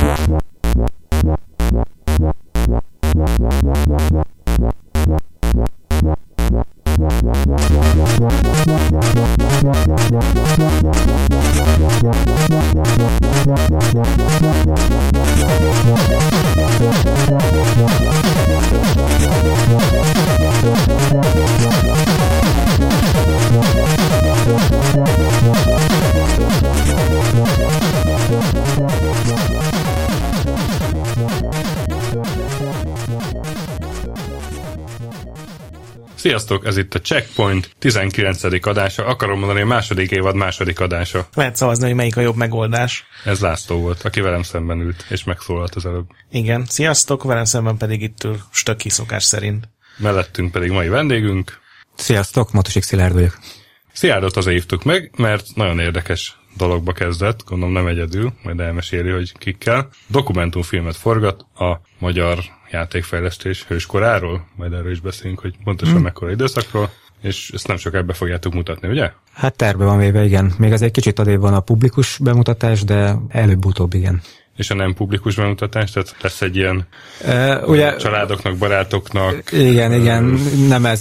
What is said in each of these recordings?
Sziasztok, ez itt a Checkpoint 19. adása, akarom mondani a második évad második adása. Lehet szavazni, hogy melyik a jobb megoldás. Ez László volt, aki velem szemben ült, és megszólalt az előbb. Igen, sziasztok, velem szemben pedig itt ül Stöki szokás szerint. Mellettünk pedig mai vendégünk. Sziasztok, Matosik Szilárd vagyok. Szilárdot azért hívtuk meg, mert nagyon érdekes dologba kezdett, gondolom nem egyedül, majd elmeséli, hogy kikkel. Dokumentumfilmet forgat a magyar játékfejlesztés hőskoráról, majd erről is beszélünk, hogy pontosan mekkora időszakról, és ezt nem sok ebbe fogjátok mutatni, ugye? Hát terve van véve, igen. Még ez egy kicsit adébb van a publikus bemutatás, de előbb-utóbb igen. És a nem publikus bemutatás, tehát lesz egy ilyen ugye, családoknak, barátoknak. Igen, nem ez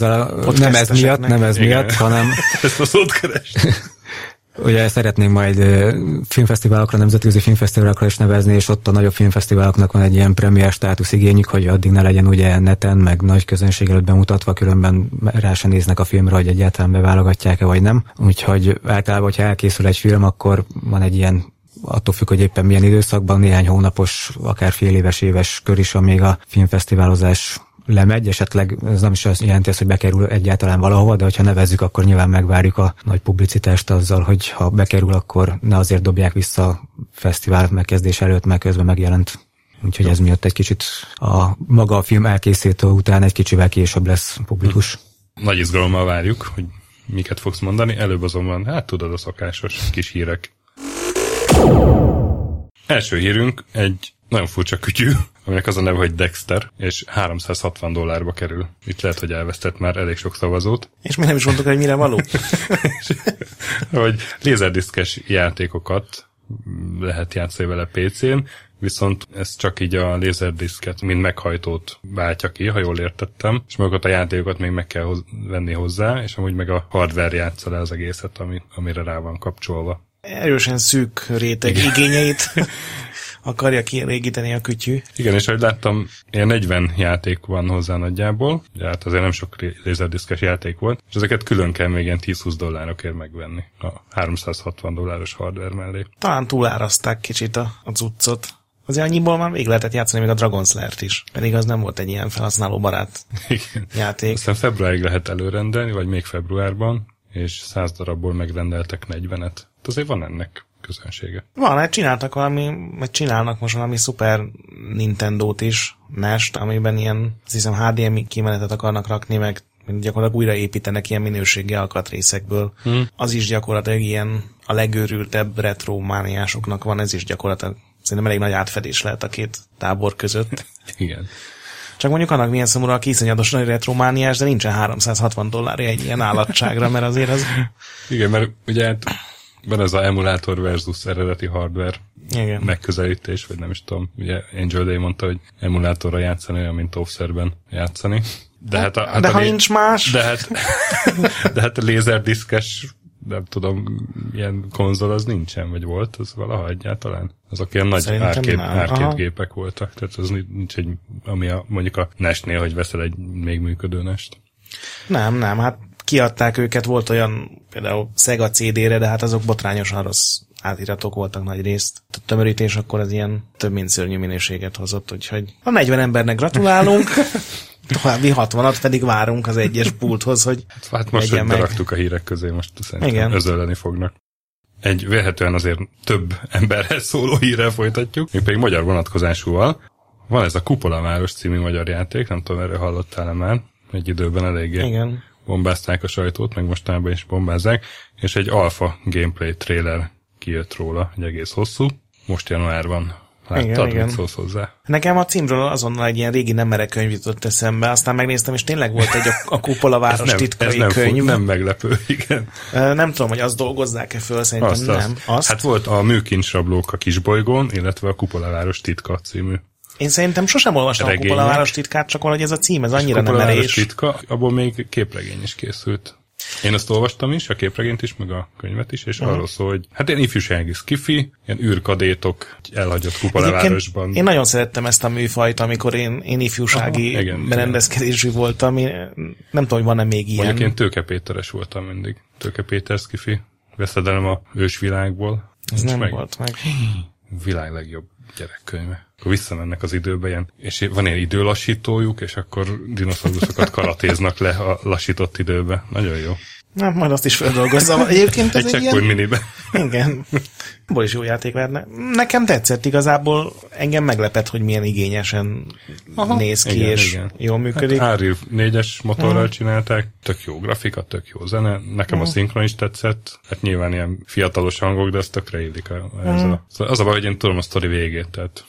miatt, hanem... Ezt a szót keresni. Ugye szeretnénk majd filmfesztiválokra, nemzetközi filmfesztiválokra is nevezni, és ott a nagyobb filmfesztiváloknak van egy ilyen premier státusz igényük, hogy addig ne legyen ugye neten, meg nagy közönség előtt bemutatva, különben rá se néznek a filmre, hogy egyáltalán beválogatják-e vagy nem. Úgyhogy általában, hogyha elkészül egy film, akkor van egy ilyen, attól függ, hogy éppen milyen időszakban, néhány hónapos, akár fél éves kör is, amíg a filmfesztiválozás lemegy, esetleg ez nem is azt jelenti, hogy bekerül egyáltalán valahova, de hogyha nevezzük, akkor nyilván megvárjuk a nagy publicitást azzal, hogy ha bekerül, akkor ne azért dobják vissza a fesztivál megkezdés előtt, mert közben megjelent. Úgyhogy ez miatt egy kicsit maga a film elkészítő után egy kicsivel később lesz publikus. Nagy izgalommal várjuk, hogy miket fogsz mondani, előbb azonban, hát tudod, a szokásos kis hírek. Első hírünk egy nagyon furcsa kütyű, aminek az a neve, hogy Dexter, és $360 kerül. Itt lehet, hogy elvesztett már elég sok szavazót. És mi nem is mondtuk, hogy mire való? Hogy lézerdiszkes játékokat lehet játszani vele PC-n, viszont ez csak így a lézerdiszket, mint meghajtót váltja ki, ha jól értettem, és magukat a játékokat még meg kell venni hozzá, és amúgy meg a hardware játsza le az egészet, amire rá van kapcsolva. Erősen szűk réteg igényeit akarja kielégíteni a kütyű. Igen, és ahogy láttam, ilyen 40 játék van hozzá nagyjából, de hát azért nem sok lézerdiszkes játék volt, és ezeket külön kell még ilyen $10-20 megvenni a $360 hardware mellé. Talán túlárazták kicsit a cuccot. Azért annyiból már végig lehetett játszani még a Dragon Slayer-t is, pedig az nem volt egy ilyen felhasználóbarát játék. Aztán februárig lehet előrendelni, vagy még februárban, és 100 darabból megrendeltek 40-et. Azért van ennek közönsége. Van, hát csinálnak most valami Super Nintendo-t is, NES-t, amiben ilyen, azt hiszem, HDMI kimenetet akarnak rakni, meg gyakorlatilag újraépítenek ilyen minőségi alkatrészekből. Az is gyakorlatilag ilyen a legőrültebb retromániásoknak van, ez is gyakorlatilag szerintem elég nagy átfedés lehet a két tábor között. Igen. Csak mondjuk annak milyen szomorú a kiszonyatos nagy retromániás, de nincsen $360 egy ilyen állatságra, mert azért az... Igen, mert ugye van ez a emulátor versus eredeti hardware megközelítés, vagy nem is tudom. Ugye Angel Day mondta, hogy emulátorra játszani olyan, mint offszerben játszani. De ha nincs más. De hát a lézerdiszkes, nem tudom, ilyen konzol az nincsen, vagy volt, az valaha egyáltalán. Azok ilyen nagy arcade gépek voltak, tehát az nincs egy, ami mondjuk a NES-nél, hogy veszel egy még működő NES-t. Nem, hát kiadták őket, volt olyan például Sega CD-re, de hát azok botrányosan rossz átiratok voltak nagy részt. A tömörítés akkor az ilyen több mint szörnyű minőséget hozott, úgyhogy a 40 embernek gratulálunk, további 60-at pedig várunk az egyes pulthoz, hogy hát most, hogy beraktuk a hírek közé, most szerintem özölleni fognak. Egy vélhetően azért több emberhez szóló hírrel folytatjuk, még pedig magyar vonatkozásúval. Van ez a Kupolaváros című magyar játék, nem tudom, erről hallottál-e már, egy időben eléggé bombázták a sajtót, meg mostanában is bombázzák, és egy alfa gameplay trailer kijött róla, egy egész hosszú. Most januárban Láttad, mit szólsz hozzá? Nekem a címről azonnal egy ilyen régi nem merek könyv jutott eszembe, aztán megnéztem, és tényleg volt egy a Kupola város titkai könyv. Nem meglepő, igen. Nem tudom, hogy azt dolgozzák-e föl, szerintem nem. Azt. Hát volt a Műkincsrablók a Kisbolygón, illetve a Kupola város titka című. Én szerintem sosem olvastam a Kupola város titkát, csak valahogy ez a cím, ez annyira nem erős. A titka, abból még képregény is készült. Én azt olvastam is, a képregényt is, meg a könyvet is, és arról szól, hogy hát ilyen ifjúsági skifi, ilyen űrkadétok elhagyott Kupolevárosban. Én nagyon szerettem ezt a műfajt, amikor én ifjúsági berendezkedésű voltam. Nem tudom, hogy van-e még ilyen. Mondjuk én Tőke Péteres voltam mindig. Tőke Péter skifi. Veszedelem a ősvilágból. Ez nem volt meg. Világ legjobb gyerekkönyve. Akkor visszamennek az időbe ilyen, és van ilyen időlassítójuk, és akkor dinoszauruszokat karatéznak le a lassított időbe. Nagyon jó. Na, majd azt is feldolgozzam. Egyébként ez egy checkpoint ilyen... minibe. Igen. Abból is jó játék lenne. Nekem tetszett igazából, engem meglepett, hogy milyen igényesen néz ki, igen, és igen. Jól működik. Hát Unreal 4-es motorral csinálták, tök jó grafika, tök jó zene. Nekem a szinkron is tetszett. Hát nyilván ilyen fiatalos hangok, de ez tökre illik. Az a baj, hogy én tudom a sztori végét, tehát...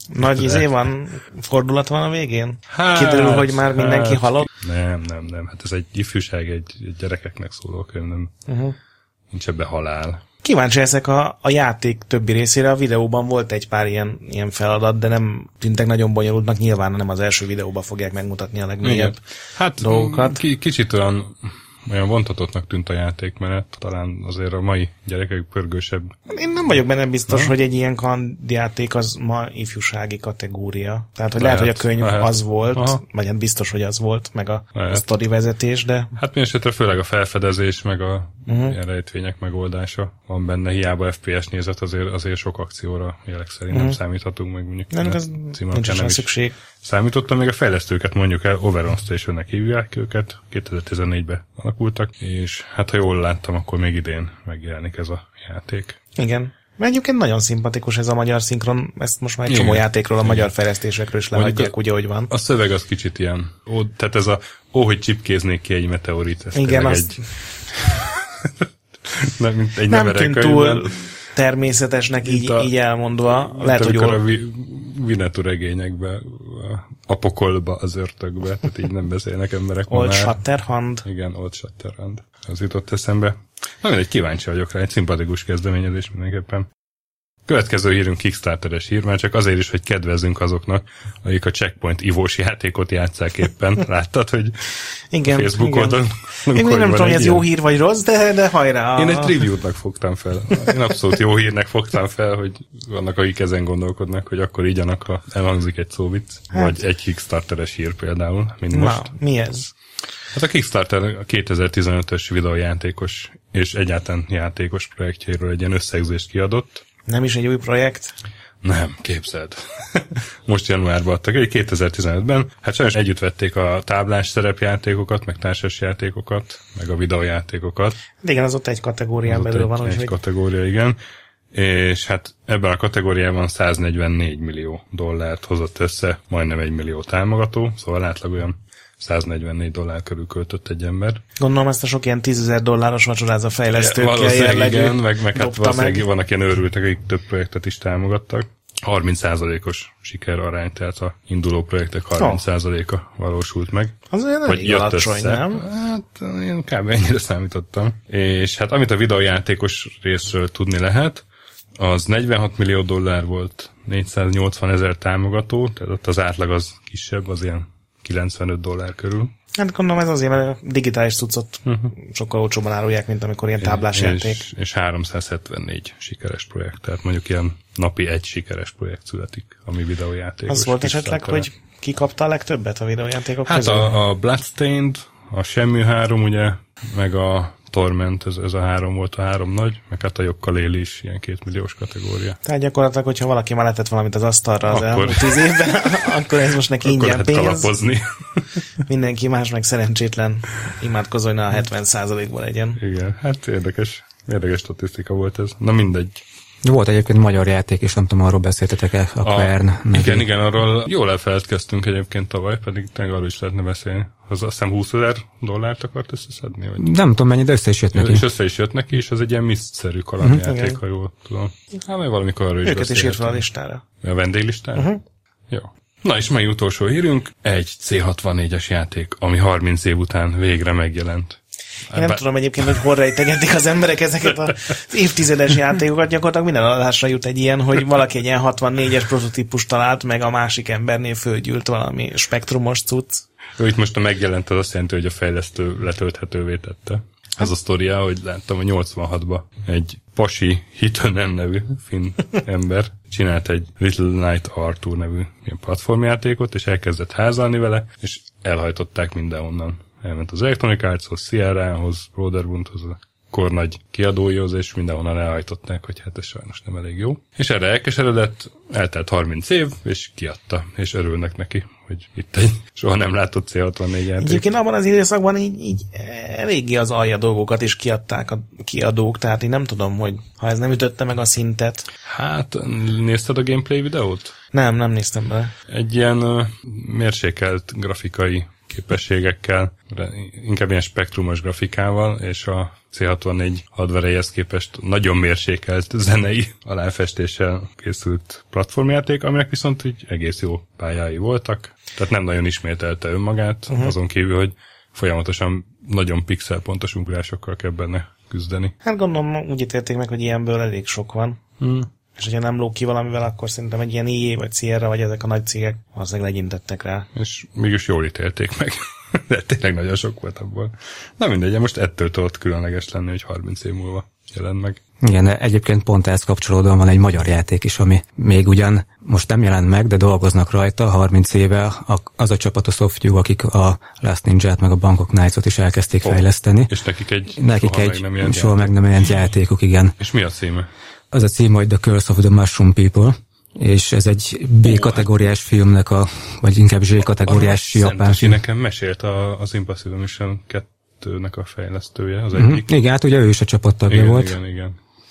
Nagy van, fordulat van a végén? Kiderül, hogy már mindenki halott? Nem. Hát ez egy ifjúság, egy gyerekeknek szóló könyv, nem. Nincs ebbe halál. Kíváncsi ezek a játék többi részére. A videóban volt egy pár ilyen feladat, de nem tűntek nagyon bonyolultnak. Nyilván nem az első videóban fogják megmutatni a legmélyebb dolgokat. Kicsit olyan vontatottnak tűnt a játékmenet, talán azért a mai gyerekek pörgősebb. Én nem vagyok benne biztos, hogy egy ilyen kandjáték az ma ifjúsági kategória. Tehát, hogy lehet, hogy a könyv az volt, vagy hát biztos, hogy az volt, meg a sztori vezetés, de... Hát mindesetre főleg a felfedezés, meg a ilyen rejtvények megoldása van benne, hiába FPS nézet, azért sok akcióra jelek szerint nem számíthatunk, meg mondjuk nincs is szükség. Számítottam, még a fejlesztőket mondjuk el, Overon Station-nek hívják őket, 2014-ben alakultak, és hát ha jól láttam, akkor még idén megjelenik ez a játék. Igen. Egyébként nagyon szimpatikus ez a magyar szinkron, ezt most már egy csomó játékról, a magyar fejlesztésekről is lehagyják úgy, ahogy van. A szöveg az kicsit ilyen, tehát ez hogy csipkéznék ki egy meteorit, ez igen, azt... egy nem tűnt túl természetesnek így elmondva. Lehet, hogy jól... a Winnetou regényekbe, a pokolba, az örtökbe, tehát így nem beszélnek emberek. Old Shatterhand. Igen, Old Shatterhand. Az jutott eszembe. Na mindegy, kíváncsi vagyok rá, egy szimpatikus kezdeményezés mindenképpen. Következő hírünk Kickstarteres hír, már csak azért is, hogy kedvezzünk azoknak, akik a Checkpoint ivós játékot játsszák éppen. Láttad, hogy igen, a Facebook oldalon... Én nem tudom, hogy ez jó hír vagy rossz, de hajrá! Én egy review-nak fogtam fel. Én abszolút jó hírnek fogtam fel, hogy vannak, akik ezen gondolkodnak, hogy akkor így ha elhangzik egy szóvic, vagy egy Kickstarteres hír például, mint most. Mi ez? Hát a Kickstarter a 2015-ös videójátékos és egyáltalán játékos projektjéről egy ilyen összegzést kiadott. Nem is egy új projekt? Nem, képzeld. Most januárban adtak, 2015-ben. Hát sajnos együtt vették a táblás szerepjátékokat, meg társas játékokat, meg a videójátékokat. Igen, az ott egy kategórián belül van. Egy kategória, igen. És hát ebben a kategóriában 144 millió dollárt hozott össze, majdnem 1 millió támogató, szóval átlag olyan $144 körül költött egy ember. Gondolom ezt a sok ilyen $10,000 vacsorázó fejlesztőkkel jellegű. Igen, meg hát valószínűleg vannak ilyen őrültek, akik több projektet is támogattak. 30%-os sikerarány, tehát a induló projektek 30%-a valósult meg. Az olyan elég alacsony, nem? Hát én kb. Ennyire számítottam. És hát amit a videójátékos részről tudni lehet, az $46 millió volt, 480 000 támogató, tehát ott az átlag az kisebb, az ilyen $95 körül. Hát gondolom ez azért, mert a digitális cuccot sokkal olcsóban árulják, mint amikor ilyen táblás játék. És 374 sikeres projekt, tehát mondjuk ilyen napi egy sikeres projekt születik, ami videójátékos. Az volt esetleg, hogy ki kapta a legtöbbet a videójátékok közül? Hát a Bloodstained, a Shenmue 3, ugye, meg a Torment, ez a 3 volt a 3 nagy, meg hát a Yooka-Laylee is ilyen 2 milliós kategória. Tehát gyakorlatilag, hogyha valaki már letett valamit az asztalra az elmúlt 10 évben, akkor ez most neki ingyen pénz. Kalapozni. Mindenki más meg szerencsétlen imádkozó, hogy a 70%-ból legyen. Igen, hát érdekes statisztika volt ez. Na mindegy. Volt egyébként magyar játék, és nem tudom, arról beszéltetek-e, a Quern. Igen, arról jól elfeledkeztünk egyébként tavaly, pedig tényleg arról is lehetne beszélni. Az azt hiszem $20,000 akart összeszedni? Vagy? Nem tudom mennyi, de össze is jött neki. És össze is jött neki, és ez egy ilyen Myst-szerű kalandjáték, ha jól tudom. Hát majd valamikor arról is őket is írt fel a listára. A vendéglistára? Jó. Na és mai utolsó hírünk, egy C64-es játék, ami 30 év után végre megjelent. Én nem tudom egyébként, hogy hol rejtegetik az emberek ezeket az évtizedes játékokat, gyakorlatilag minden adásra jut egy ilyen, hogy valaki egy ilyen 64-es prototípus talált, meg a másik embernél fölgyűlt valami spektrumos cucc. Itt most a megjelent az azt jelenti, hogy a fejlesztő letölthetővé tette. Ez a sztoria, hogy láttam, hogy 86-ban egy Pasi Hitonen nevű finn ember csinált egy Little Knight Arthur nevű ilyen platformjátékot, és elkezdett házalni vele, és elhajtották mindenhonnan. Elment az Electronic Artshoz, Sierrahoz, Broderbundhoz, a kornagy kiadóihoz, és mindenhonnan elhajtották, hogy hát ez sajnos nem elég jó. És erre elkeseredett, eltelt 30 év, és kiadta, és örülnek neki, hogy itt egy soha nem látott C64 játék. Egyébként abban az időszakban így eléggé az alja dolgokat is kiadták a kiadók, tehát én nem tudom, hogy ha ez nem ütötte meg a szintet. Hát, nézted a gameplay videót? Nem néztem bele. Egy ilyen mérsékelt grafikai képességekkel, inkább ilyen spektrumos grafikával, és a C64 hardware-eihez képest nagyon mérsékelt zenei aláfestéssel készült platformjáték, aminek viszont így egész jó pályái voltak, tehát nem nagyon ismételte önmagát, azon kívül, hogy folyamatosan nagyon pixelpontos ugrásokkal kell benne küzdeni. Hát gondolom úgy ítélték meg, hogy ilyenből elég sok van. És hogyha nem lóg ki valamivel, akkor szerintem egy ilyen EA vagy Sierra, vagy ezek a nagy cégek valószínűleg legyintettek rá. És mégis jól ítélték meg. De tényleg nagyon sok volt abból. Na mindegy, most ettől tudott különleges lenni, hogy 30 év múlva jelent meg. Igen, egyébként pont ehhez kapcsolódóan van egy magyar játék is, ami még ugyan most nem jelent meg, de dolgoznak rajta 30 éve. Az a csapat, a Softview, akik a Last Ninja-t meg a Bangkok Knights-ot is elkezdték fejleszteni. És nekik egy soha meg nem jelent játékuk, igen. És mi a címe? Az a cím, hogy The Curse of the Mushroom People, és ez egy B-kategóriás filmnek vagy inkább Z-kategóriás japán film. Nekem mesélt az Impossible Mission 2-nek a fejlesztője, az egyik. Igen, hát ugye ő is a csapattagja volt. Igen.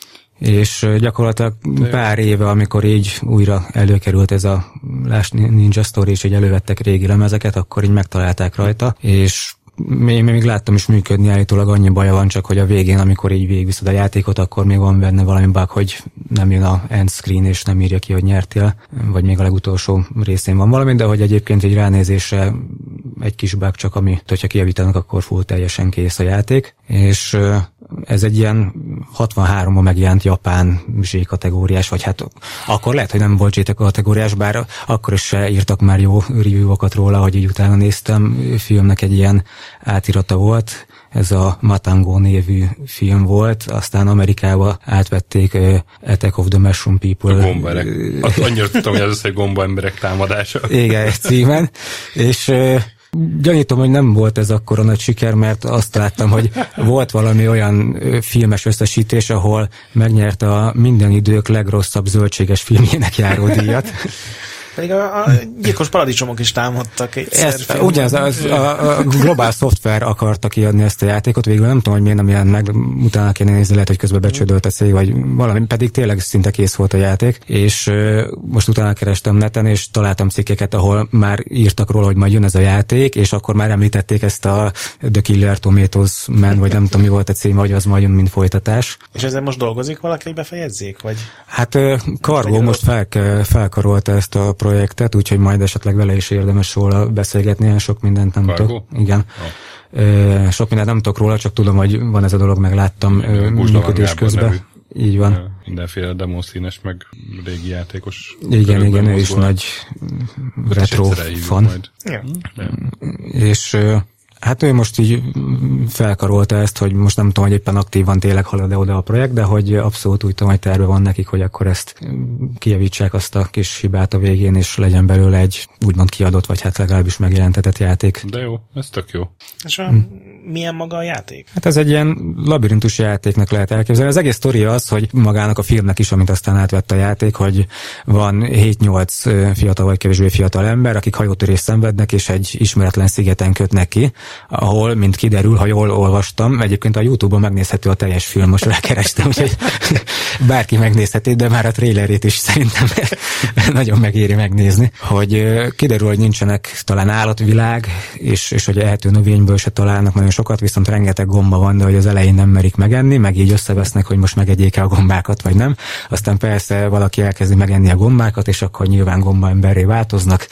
És gyakorlatilag pár éve, amikor így újra előkerült ez a Last Ninja Story, és így elővettek régi lemezeket, akkor így megtalálták rajta, és még láttam is működni, állítólag annyi baja van, csak hogy a végén, amikor így végigviszed a játékot, akkor még van benne valami bug, hogy nem jön a end screen, és nem írja ki, hogy nyertél, vagy még a legutolsó részén van valami, de hogy egyébként egy ránézésre egy kis bug csak, ami, hogyha kijavítanak, akkor full teljesen kész a játék, és ez egy ilyen 63-ban megjelent japán Z-kategóriás, vagy hát akkor lehet, hogy nem volt Z-kategóriás, bár akkor is írtak már jó review-okat róla, hogy így utána néztem, filmnek egy ilyen átirata volt, ez a Matango névű film volt, aztán Amerikába átvették Attack of the Mushroom People. A gombaerek. Annyira tudtam, hogy az egy gomba emberek támadása. Igen, címen, és gyanítom, hogy nem volt ez akkora nagy siker, mert azt láttam, hogy volt valami olyan filmes összesítés, ahol megnyerte a minden idők legrosszabb zöldséges filmjének járó díjat. Pedig a gyilkos paradicsomok is támadtak egyszer. Ugyanaz, a Global Software akarta kiadni ezt a játékot, végül nem tudom, hogy miért nem jelent meg, utána kéne nézni, lehet, hogy közben becsődölt a cég, vagy valami, pedig tényleg szinte kész volt a játék, és most utána kerestem neten, és találtam cikkeket, ahol már írtak róla, hogy majd jön ez a játék, és akkor már említették ezt a The Killer Tomatoes Man, vagy nem tudom, mi volt a cím, hogy az majd jön, mint folytatás. És ezzel most dolgozik valaki, hogy befejezzék? Vagy? Hát Cargo most felkarolta ezt a projektet, úgyhogy majd esetleg vele is érdemes róla beszélgetni, ilyen sok mindent nem tudok. Igen. Sok mindent nem tudok róla, csak tudom, hogy van ez a dolog, meg láttam működés közben. Így van. Mindenféle demószínes, meg régi játékos. Igen, ő is nagy retro fan. És hát ő most így felkarolta ezt, hogy most nem tudom, hogy éppen aktívan tényleg halad-e oda a projekt, de hogy abszolút úgy tudom, hogy terve van nekik, hogy akkor ezt kijavítsák azt a kis hibát a végén, és legyen belőle egy úgymond kiadott, vagy hát legalábbis megjelentetett játék. De jó, ez tök jó. És a milyen maga a játék? Hát ez egy ilyen labirintus játéknak lehet elképzelni. Az egész sztori az, hogy magának a filmnek is, amit aztán átvett a játék, hogy van 7-8 fiatal vagy kevésbé fiatal ember, akik hajótörést szenvednek, és egy ismeretlen szigeten kötnek ki, ahol, mint kiderül, ha jól olvastam, egyébként a YouTube-on megnézhető a teljes film, most rákerestem, úgyhogy bárki megnézheti, de már a trailerét is szerintem nagyon megéri megnézni, hogy kiderül, hogy nincsenek talán állatvilág, és hogy ehető növényből se találnak nagyon sokat, viszont rengeteg gomba van, de hogy az elején nem merik megenni, meg így összevesznek, hogy most megegyék-e a gombákat, vagy nem. Aztán persze valaki elkezdi megenni a gombákat, és akkor nyilván gombaemberré változnak.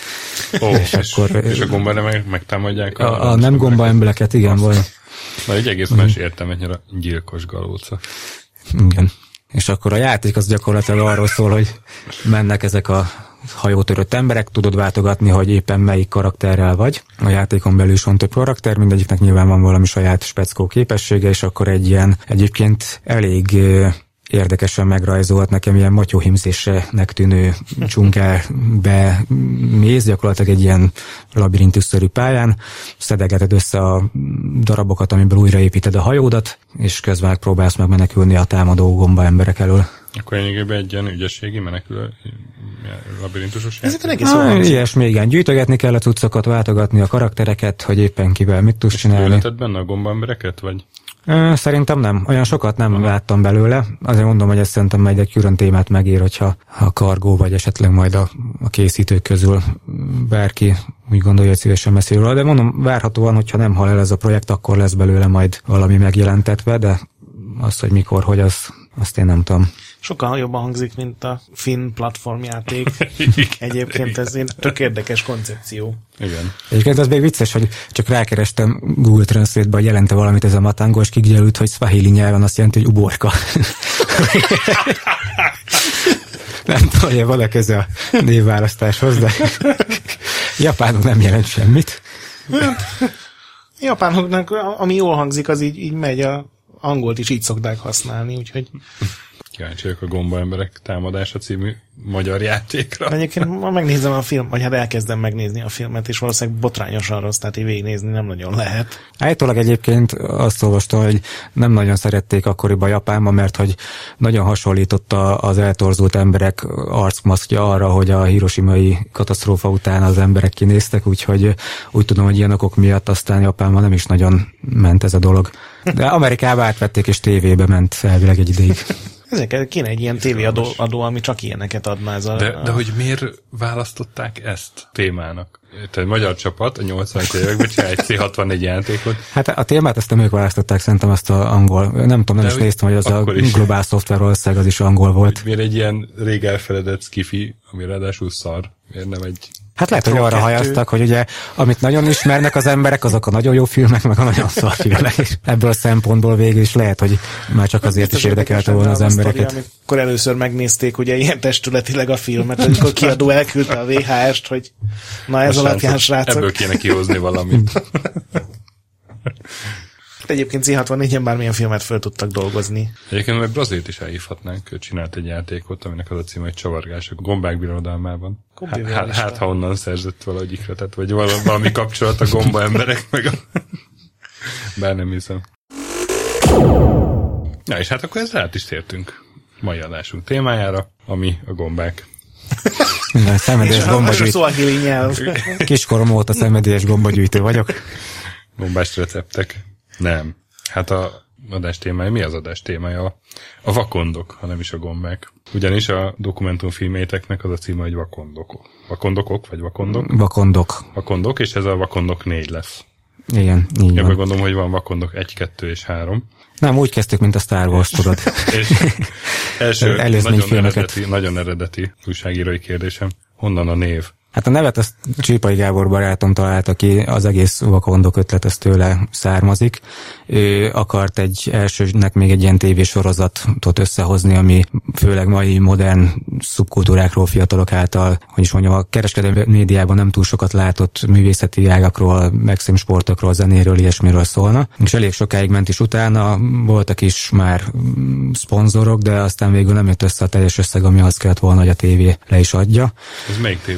És a gomba nem megtámadják? A nem gombaembereket, igen, vagy. Na, egy egész más értelmet a gyilkos galóca. Igen. És akkor a játék az gyakorlatilag arról szól, hogy mennek ezek a hajótörött emberek, tudod váltogatni, hogy éppen melyik karakterrel vagy. A játékon belül is van több karakter, mindegyiknek nyilván van valami saját speckó képessége, és akkor egy ilyen egyébként elég érdekesen megrajzolt, nekem ilyen matyóhimzésnek tűnő dzsungelbe mész, gyakorlatilag egy ilyen labirintusszerű pályán, szedegeted össze a darabokat, amiből újraépíted a hajódat, és közben megpróbálsz megmenekülni a támadó gomba emberek elől. Akkor lényegében egy ilyen ügyességi menekülő labirintusos ilyesmi, igen. Gyűjtögetni kell a cuccokat, váltogatni a karaktereket, hogy éppen kivel mit tudsz csinálni. Életed benne a gomba embereket, vagy? Szerintem nem. Olyan sokat nem láttam belőle. Azért mondom, hogy ez szerintem majd egy külön témát megér, hogyha a Kargó, vagy esetleg majd a készítők közül bárki úgy gondolja, hogy szívesen beszél róla. De mondom, várhatóan, hogyha nem hal el ez a projekt, akkor lesz belőle majd valami megjelentetve, de az, hogy mikor, hogy azt én nem tudom. Sokkal jobban hangzik, mint a finn platformjáték. Egyébként ez egy tök érdekes koncepció. Igen. Egyébként az még vicces, hogy csak rákerestem Google Translate-ba, hogy jelente valamit ez a matango, és kiderült, hogy szvahili nyelven azt jelenti, hogy uborka. Nem tudom, hogy van-e köze a névválasztáshoz, de japánok nem jelent semmit. Japánoknak, ami jól hangzik, az így megy, a angolt is így szokták használni, úgyhogy... Kíváncsi vagyok a Gomba emberek támadása című magyar játékra. Egyébként ma megnézem a film, vagy hát elkezdem megnézni a filmet, és valószínűleg botrányosan rossz, tehát így végignézni nem nagyon lehet. Állítólag egyébként azt olvastam, hogy nem nagyon szerették akkoriban Japánban, mert hogy nagyon hasonlította az eltorzult emberek arcmaszkja arra, hogy a hiroshimai katasztrófa után az emberek kinéztek, úgyhogy úgy tudom, hogy ilyen okok miatt aztán Japánban nem is nagyon ment ez a dolog. De Amerikába átvették, és tévébe ment elvileg egy ideig. Ezeket kéne egy ilyen tévéadó, ami csak ilyeneket adná. De hogy miért választották ezt témának? Tehát magyar csapat a 80-as években csinál egy C64 játékot. Hát a témát ezt nem ők választották, szerintem azt az angol. Nem tudom, nem is néztem, hogy az a Global Software ország az is angol volt. Miért egy ilyen rég elfeledett skifi, ami ráadásul szar? Miért nem egy... Hát lehet, hogy arra hajaztak, hogy ugye, amit nagyon ismernek az emberek, azok a nagyon jó filmek, meg a nagyon szar filmek. És ebből a szempontból végül is lehet, hogy már csak azért is érdekelte volna az embereket. Amikor először megnézték ugye ilyen testületileg a filmet, amikor kiadó elküldte a VHS-t, hogy na ez alapján, srácok. Ebből kéne kihozni valamit. Egyébként C64-en bármilyen filmet föl tudtak dolgozni. Egyébként meg Brazilt is elhívhatnánk, ő csinált egy játékot, aminek az a címe, hogy Csavargás a gombák birodalmában. Hát ha onnan szerzett valahogy ihletet, vagy valami kapcsolat a gomba emberek, meg a... Bár nem hiszem. Na és hát akkor ezzel át is tértünk mai adásunk témájára, ami a gombák. Igen, szenvedélyes gombagyűjtő. Kiskorom óta szenvedélyes gombagyűjtő vagyok. Gombás receptek. Nem. Hát a adás témája, mi az adás témája? A vakondok, hanem is a gombák. Ugyanis a dokumentumfilméteknek az a címe, hogy vakondokok. Vakondokok, vagy vakondok? Vakondok. Vakondok, és ez a vakondok 4 lesz. Igen, így van. Én gondolom, hogy van vakondok 1, 2 és 3. Nem, úgy kezdtük, mint a Star Wars, tudod. És első, nagyon eredeti újságírói kérdésem. Honnan a név? Hát a nevet azt Csípai Gábor barátom találta ki, az egész vakondok ötlet ez tőle származik. Ő akart elsőnek még egy ilyen tévésorozatot összehozni, ami főleg mai modern szubkultúrákról, fiatalok által, hogy is mondjam, a kereskedelmi médiában nem túl sokat látott művészeti ágakról, megszím sportokról, zenéről, ilyesmiről szólna. És elég sokáig ment is utána, voltak is már szponzorok, de aztán végül nem jött össze a teljes összeg, ami az kellett volna, hogy a tévé le is adja. Ez melyik tévé lett volna?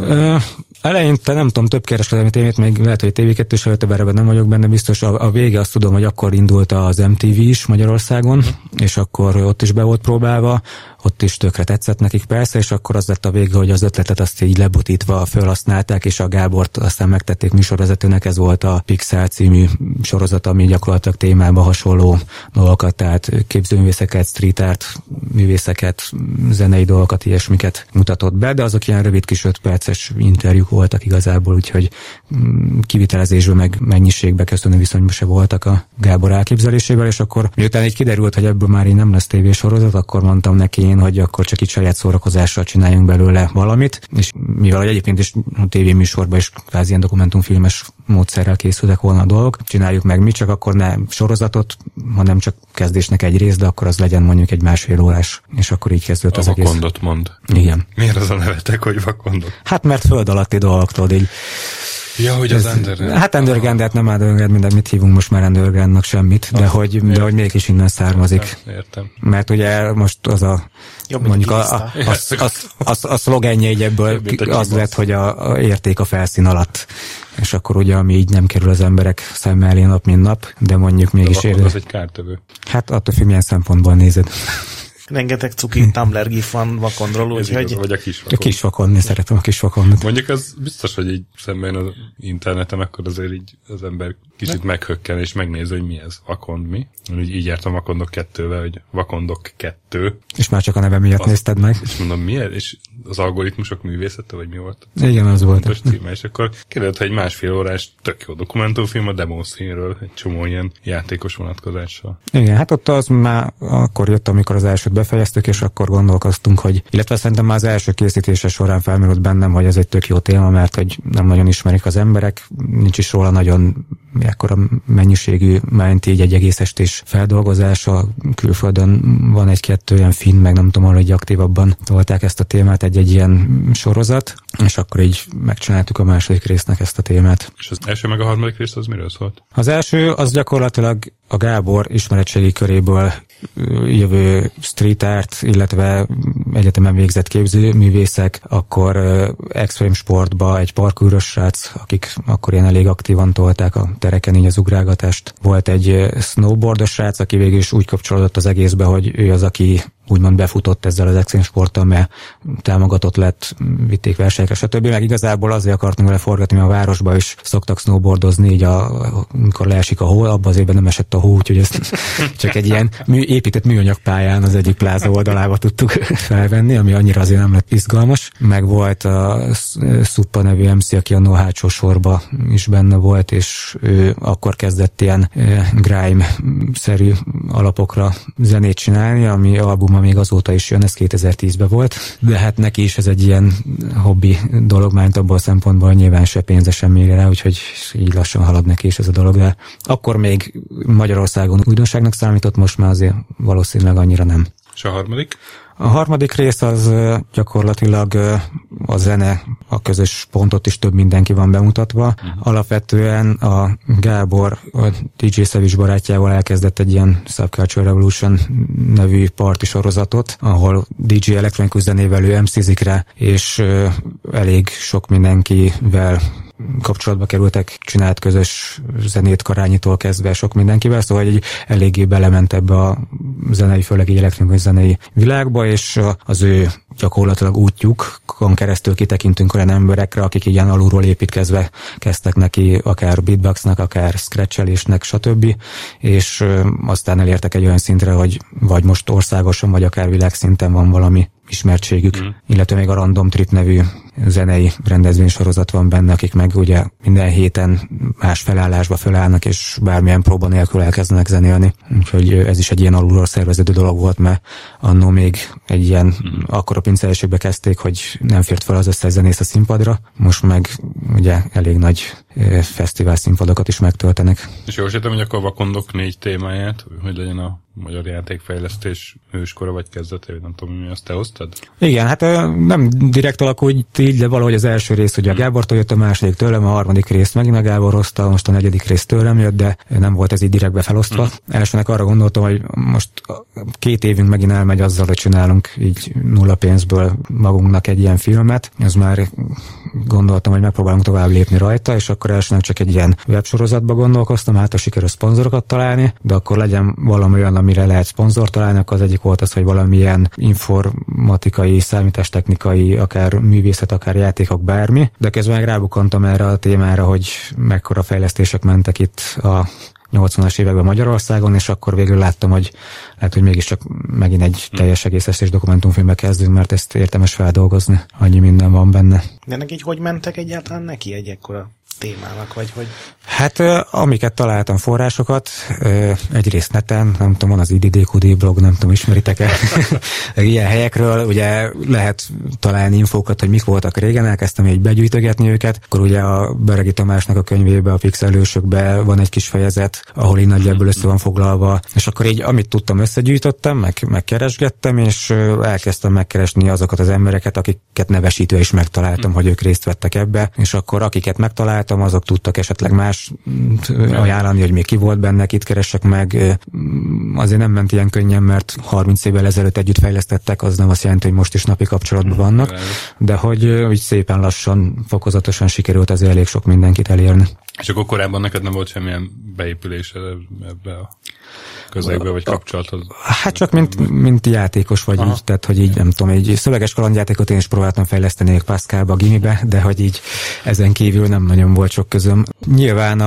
Eleinte nem tudom, több kereskedelmi tévét, még lehet, hogy TV2-s előtte, bár ebben nem vagyok benne biztos. A vége azt tudom, hogy akkor indult az MTV is Magyarországon, és akkor ott is be volt próbálva, ott is tökre tetszett nekik persze, és akkor az lett a vége, hogy az ötletet azt így lebutítva felhasználták, és a Gábort aztán megtették műsorvezetőnek, ez volt a Pixel című sorozat, ami gyakorlatilag témába hasonló dolgokat, tehát képzőművészeket, street art művészeket, zenei dolgokat, ilyesmiket mutatott be, de azok ilyen rövid kis 5 perces interjúk voltak igazából, úgyhogy kivitelezésben meg mennyiségbe köszönő viszonyban se voltak a Gábor elképzelésével, és akkor miután így kiderült, hogy ebből már így nem lesz tévésorozat, akkor mondtam neki én, hogy akkor csak itt saját szórakozással csináljunk belőle valamit, és mivel hogy egyébként is a tévéműsorban is kvázi ilyen dokumentumfilmes módszerrel készültek volna a dolgok, csináljuk meg mi, csak akkor ne sorozatot, hanem csak kezdésnek egy rész, de akkor az legyen mondjuk egy 1,5 órás, és akkor így kezdődött az egész. A vakondot mond. Igen. Miért az a nevetek, hogy vakondot? Hát mert föld alatti dolgoktól így. Ja, hogy az underground. Hát underground, de hát nem underground, minden mit hívunk most már undergroundnak semmit, de hogy mégis innen származik. Értem. Mert ugye most az a jobb, mondjuk a szlogenje így ebből az lett, hogy a érték a felszín alatt. És akkor ugye, ami így nem kerül az emberek szemmel elé nap, mint nap, de mondjuk mégis ér. Az egy kártevő. Hát attól függ, milyen szempontból nézed. Rengeteg cuki Tumblr gif van vakondról, úgyhogy... Vagy a kis vakond. A kis vakond, szeretem a kis vakondot. Mondjuk az biztos, hogy így szemben az interneten, akkor azért így az ember kicsit meghökken, és megnézi, hogy mi ez. Vakond mi? Így jártam Vakondok 2-vel, hogy Vakondok 2. És már csak a neve miatt nézted meg. És mondom, mi ez? És az algoritmusok művészete, vagy mi volt? Igen, az volt. Címe, és akkor kérdezett, hogy 1,5 órás tök jó dokumentumfilm a demo színről, egy csomó ilyen játékos vonatkozással. Igen, hát ott az már akkor jött, amikor az elsőt befejeztük, és akkor gondolkoztunk, hogy, illetve szerintem már az első készítése során felmerült bennem, hogy ez egy tök jó téma, mert hogy nem nagyon ismerik az emberek, nincs is róla nagyon ekkora mennyiségű, mert így egy egész estés feldolgozása, külföldön van egy-kettő olyan film, meg nem tudom, hogy aktívabban tolták ezt a témát, egy ilyen sorozat, és akkor így megcsináltuk a második résznek ezt a témát. És az első meg a harmadik rész az miről szólt? Az első az gyakorlatilag a Gábor ismeretségi köréből jövő street art, illetve egyetemen végzett képzőművészek, akkor extreme sportba egy parkourös srác, akik akkor ilyen elég aktívan tolták a tereken így az ugrálgatást. Volt egy snowboardos srác, aki végül is úgy kapcsolódott az egészbe, hogy ő az, aki úgymond befutott ezzel az extreme sporttal, mert támogatott lett, vitték versenyekre, stb. Meg igazából azért akartunk vele forgatni, mert a városban is szoktak snowboardozni, így amikor leesik a hó, abban az évben nem esett a hó, úgyhogy ezt csak egy ilyen épített műanyag pályán az egyik pláza oldalába tudtuk felvenni, ami annyira azért nem lett izgalmas. Meg volt a Suppa nevű MC, aki a No hátsó sorba is benne volt, és ő akkor kezdett ilyen grime-szerű alapokra zenét csinálni, ami albuma még azóta is jön, ez 2010-ben volt, de hát neki is ez egy ilyen hobbi dolog, mert abból a szempontból nyilván se pénze sem méri rá, úgyhogy így lassan halad neki is ez a dolog, de akkor még Magyarországon újdonságnak számított, most már azért valószínűleg annyira nem. És a harmadik? A harmadik rész az gyakorlatilag a zene, a közös pontot is több mindenki van bemutatva. Alapvetően a Gábor a DJ Szevics barátjával elkezdett egy ilyen Subculture Revolution nevű party sorozatot, ahol DJ elektronikus zenével ő MC-zik rá, és elég sok mindenkivel kapcsolatba kerültek, csinált közös zenét Karányitól kezdve sok mindenkivel, szóval egy eléggé belement ebbe a zenei, főleg egy elektronikus zenei világba, és az ő gyakorlatilag útjukon keresztül kitekintünk olyan emberekre, akik ilyen alulról építkezve kezdtek neki akár beatboxnak, akár scratchelésnek, stb. És aztán elértek egy olyan szintre, hogy vagy most országosan, vagy akár világszinten van valami ismertségük, illetve még a Random Trip nevű zenei rendezvénysorozat van benne, akik meg ugye minden héten más felállásba felállnak, és bármilyen próba nélkül elkezdenek zenélni. Úgyhogy ez is egy ilyen alulról szerveződő dolog volt, mert annó még egy ilyen akkora pinceliségbe kezdték, hogy nem fért fel az összes zenész a színpadra. Most meg ugye elég nagy fesztivál színpadokat is megtöltenek. És jól sejtem, hogy akkor a Vakondok 4 témáját, hogy legyen a magyar játékfejlesztés hőskora vagy kezdete, nem tudom, mi azt te hoztad? Igen, hát nem direkt alakult így, de valahogy az első rész ugye a Gábortól jött, a második tőlem, a harmadik részt megint a Gábor hozta, most a negyedik rész tőlem jött, de nem volt ez így direktbe felosztva. Elsőnek arra gondoltam, hogy most 2 évünk megint elmegy azzal, hogy csinálunk így nulla pénzből magunknak egy ilyen filmet. Ez már gondoltam, hogy megpróbálunk tovább lépni rajta, és akkor elsőnek csak egy ilyen websorozatba gondolkoztam, hát a sikerül szponzorokat találni, de akkor legyen valami olyan, amire lehet szponzor találni, akkor az egyik volt az, hogy valamilyen informatikai, számítástechnikai, akár művészet, akár játékok, bármi, de közben meg rábukkantam erre a témára, hogy mekkora fejlesztések mentek itt a 80-as években Magyarországon, és akkor végül láttam, hogy lehet, hogy mégiscsak megint egy teljes egész estés dokumentumfilmbe kezdünk, mert ezt érdemes feldolgozni. Annyi minden van benne. De ennek így hogy mentek egyáltalán neki egy ekkora témának, vagy hogy? Hát amiket találtam forrásokat, egyrészt neten, nem tudom, van az IDDQD blog, nem tudom, ismeritek-e ilyen helyekről, ugye lehet találni infókat, hogy mik voltak régen, elkezdtem így begyűjtögetni őket, akkor ugye a Beregi Tamásnak a könyvébe, a Pixelősökbe van egy kis fejezet, ahol így nagyjából össze van foglalva, és akkor így amit tudtam összegyűjtöttem, meg keresgettem, és elkezdtem megkeresni azokat az embereket, akiket nevesítve is megtaláltam, hogy ők részt vettek ebbe, és akkor akiket megtaláltam, azok tudtak esetleg más ajánlani, hogy még ki volt benne, itt keresek meg. Azért nem ment ilyen könnyen, mert 30 évvel ezelőtt együtt fejlesztettek, az nem azt jelenti, hogy most is napi kapcsolatban vannak, de hogy szépen lassan, fokozatosan sikerült azért elég sok mindenkit elérni. És akkor korábban neked nem volt semmilyen beépülés ebbe a közegbe, vagy kapcsolathoz? Hát csak mint játékos vagy így, tehát hogy így nem tudom, egy szöveges kalandjátékot én is próbáltam fejleszteni Pascalba, Gimibe, de hogy így ezen kívül nem nagyon volt sok közöm. Nyilván